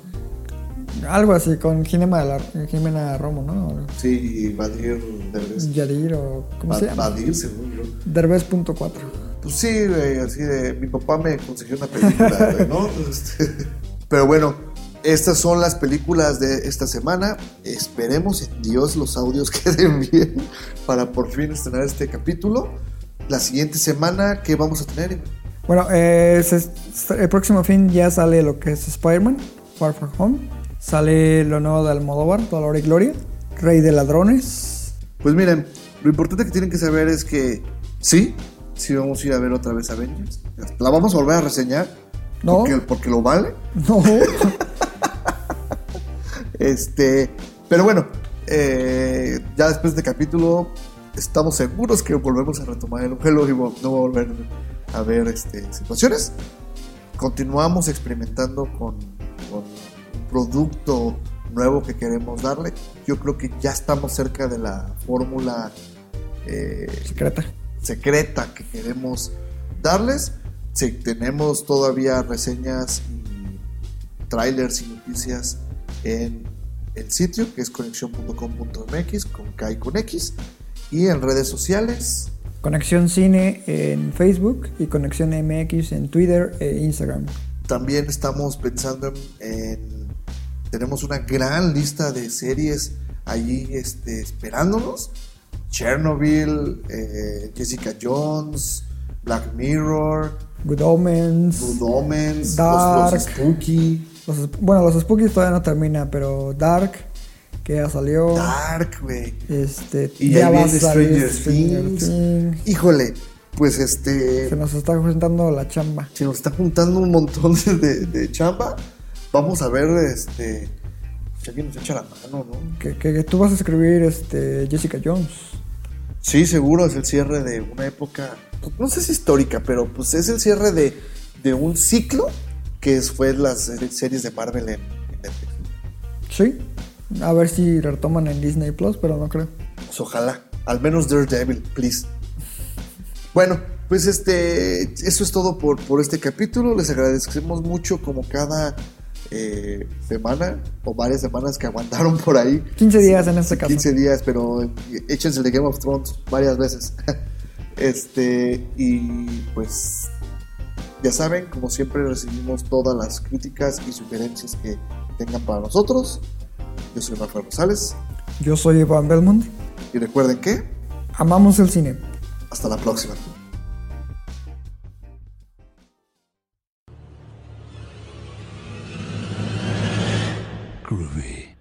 Algo así, con Jimena Romo, ¿no? Sí, y Badir Derbez. Yadir o... ¿cómo se llama? Badir, según yo. Derbez.4. Pues sí, güey, así de... Mi papá me consiguió una película, güey, ¿no? Pero bueno, estas son las películas de esta semana. Esperemos en Dios los audios queden bien para por fin estrenar este capítulo. La siguiente semana, ¿qué vamos a tener? Bueno, el próximo fin ya sale lo que es Spider-Man, Far From Home. Sale lo nuevo de Almodóvar, Dolor y Gloria, Rey de Ladrones. Pues miren, lo importante que tienen que saber es que sí vamos a ir a ver otra vez Avengers. La vamos a volver a reseñar. No. Porque lo vale. No. Pero bueno, ya después de este capítulo estamos seguros que volvemos a retomar el vuelo y no volver a ver situaciones. Continuamos experimentando con un producto nuevo que queremos darle. Yo creo que ya estamos cerca de la fórmula secreta que queremos darles. Sí, tenemos todavía reseñas y trailers y noticias en el sitio que es conexión.com.mx con K y con X, y en redes sociales Conexión Cine en Facebook y Conexión MX en Twitter e Instagram. También estamos pensando tenemos una gran lista de series allí esperándonos: Chernobyl, Jessica Jones, Black Mirror, Good Omens, Dark, los Spooky. Los Spooky todavía no termina, pero Dark, que ya salió. Dark, güey. Y ya va a viene salir Stranger Things. Híjole, pues se nos está juntando la chamba. Se nos está juntando un montón de chamba. Vamos a ver, si alguien nos echa la mano, ¿no? Que tú vas a escribir Jessica Jones. Sí, seguro, es el cierre de una época, no sé si histórica, pero pues es el cierre de un ciclo que fue las series de Marvel en Netflix. Sí, a ver si retoman en Disney Plus, pero no creo. Pues ojalá, al menos Daredevil, please. Bueno, pues eso es todo por este capítulo. Les agradecemos mucho como cada semana o varias semanas que aguantaron por ahí. 15 días en este caso. 15 días, pero échense el de Game of Thrones varias veces. Y pues ya saben, como siempre recibimos todas las críticas y sugerencias que tengan para nosotros. Yo soy Rafael Rosales. Yo soy Iván Belmont. Y recuerden que amamos el cine. Hasta la próxima. Groovy.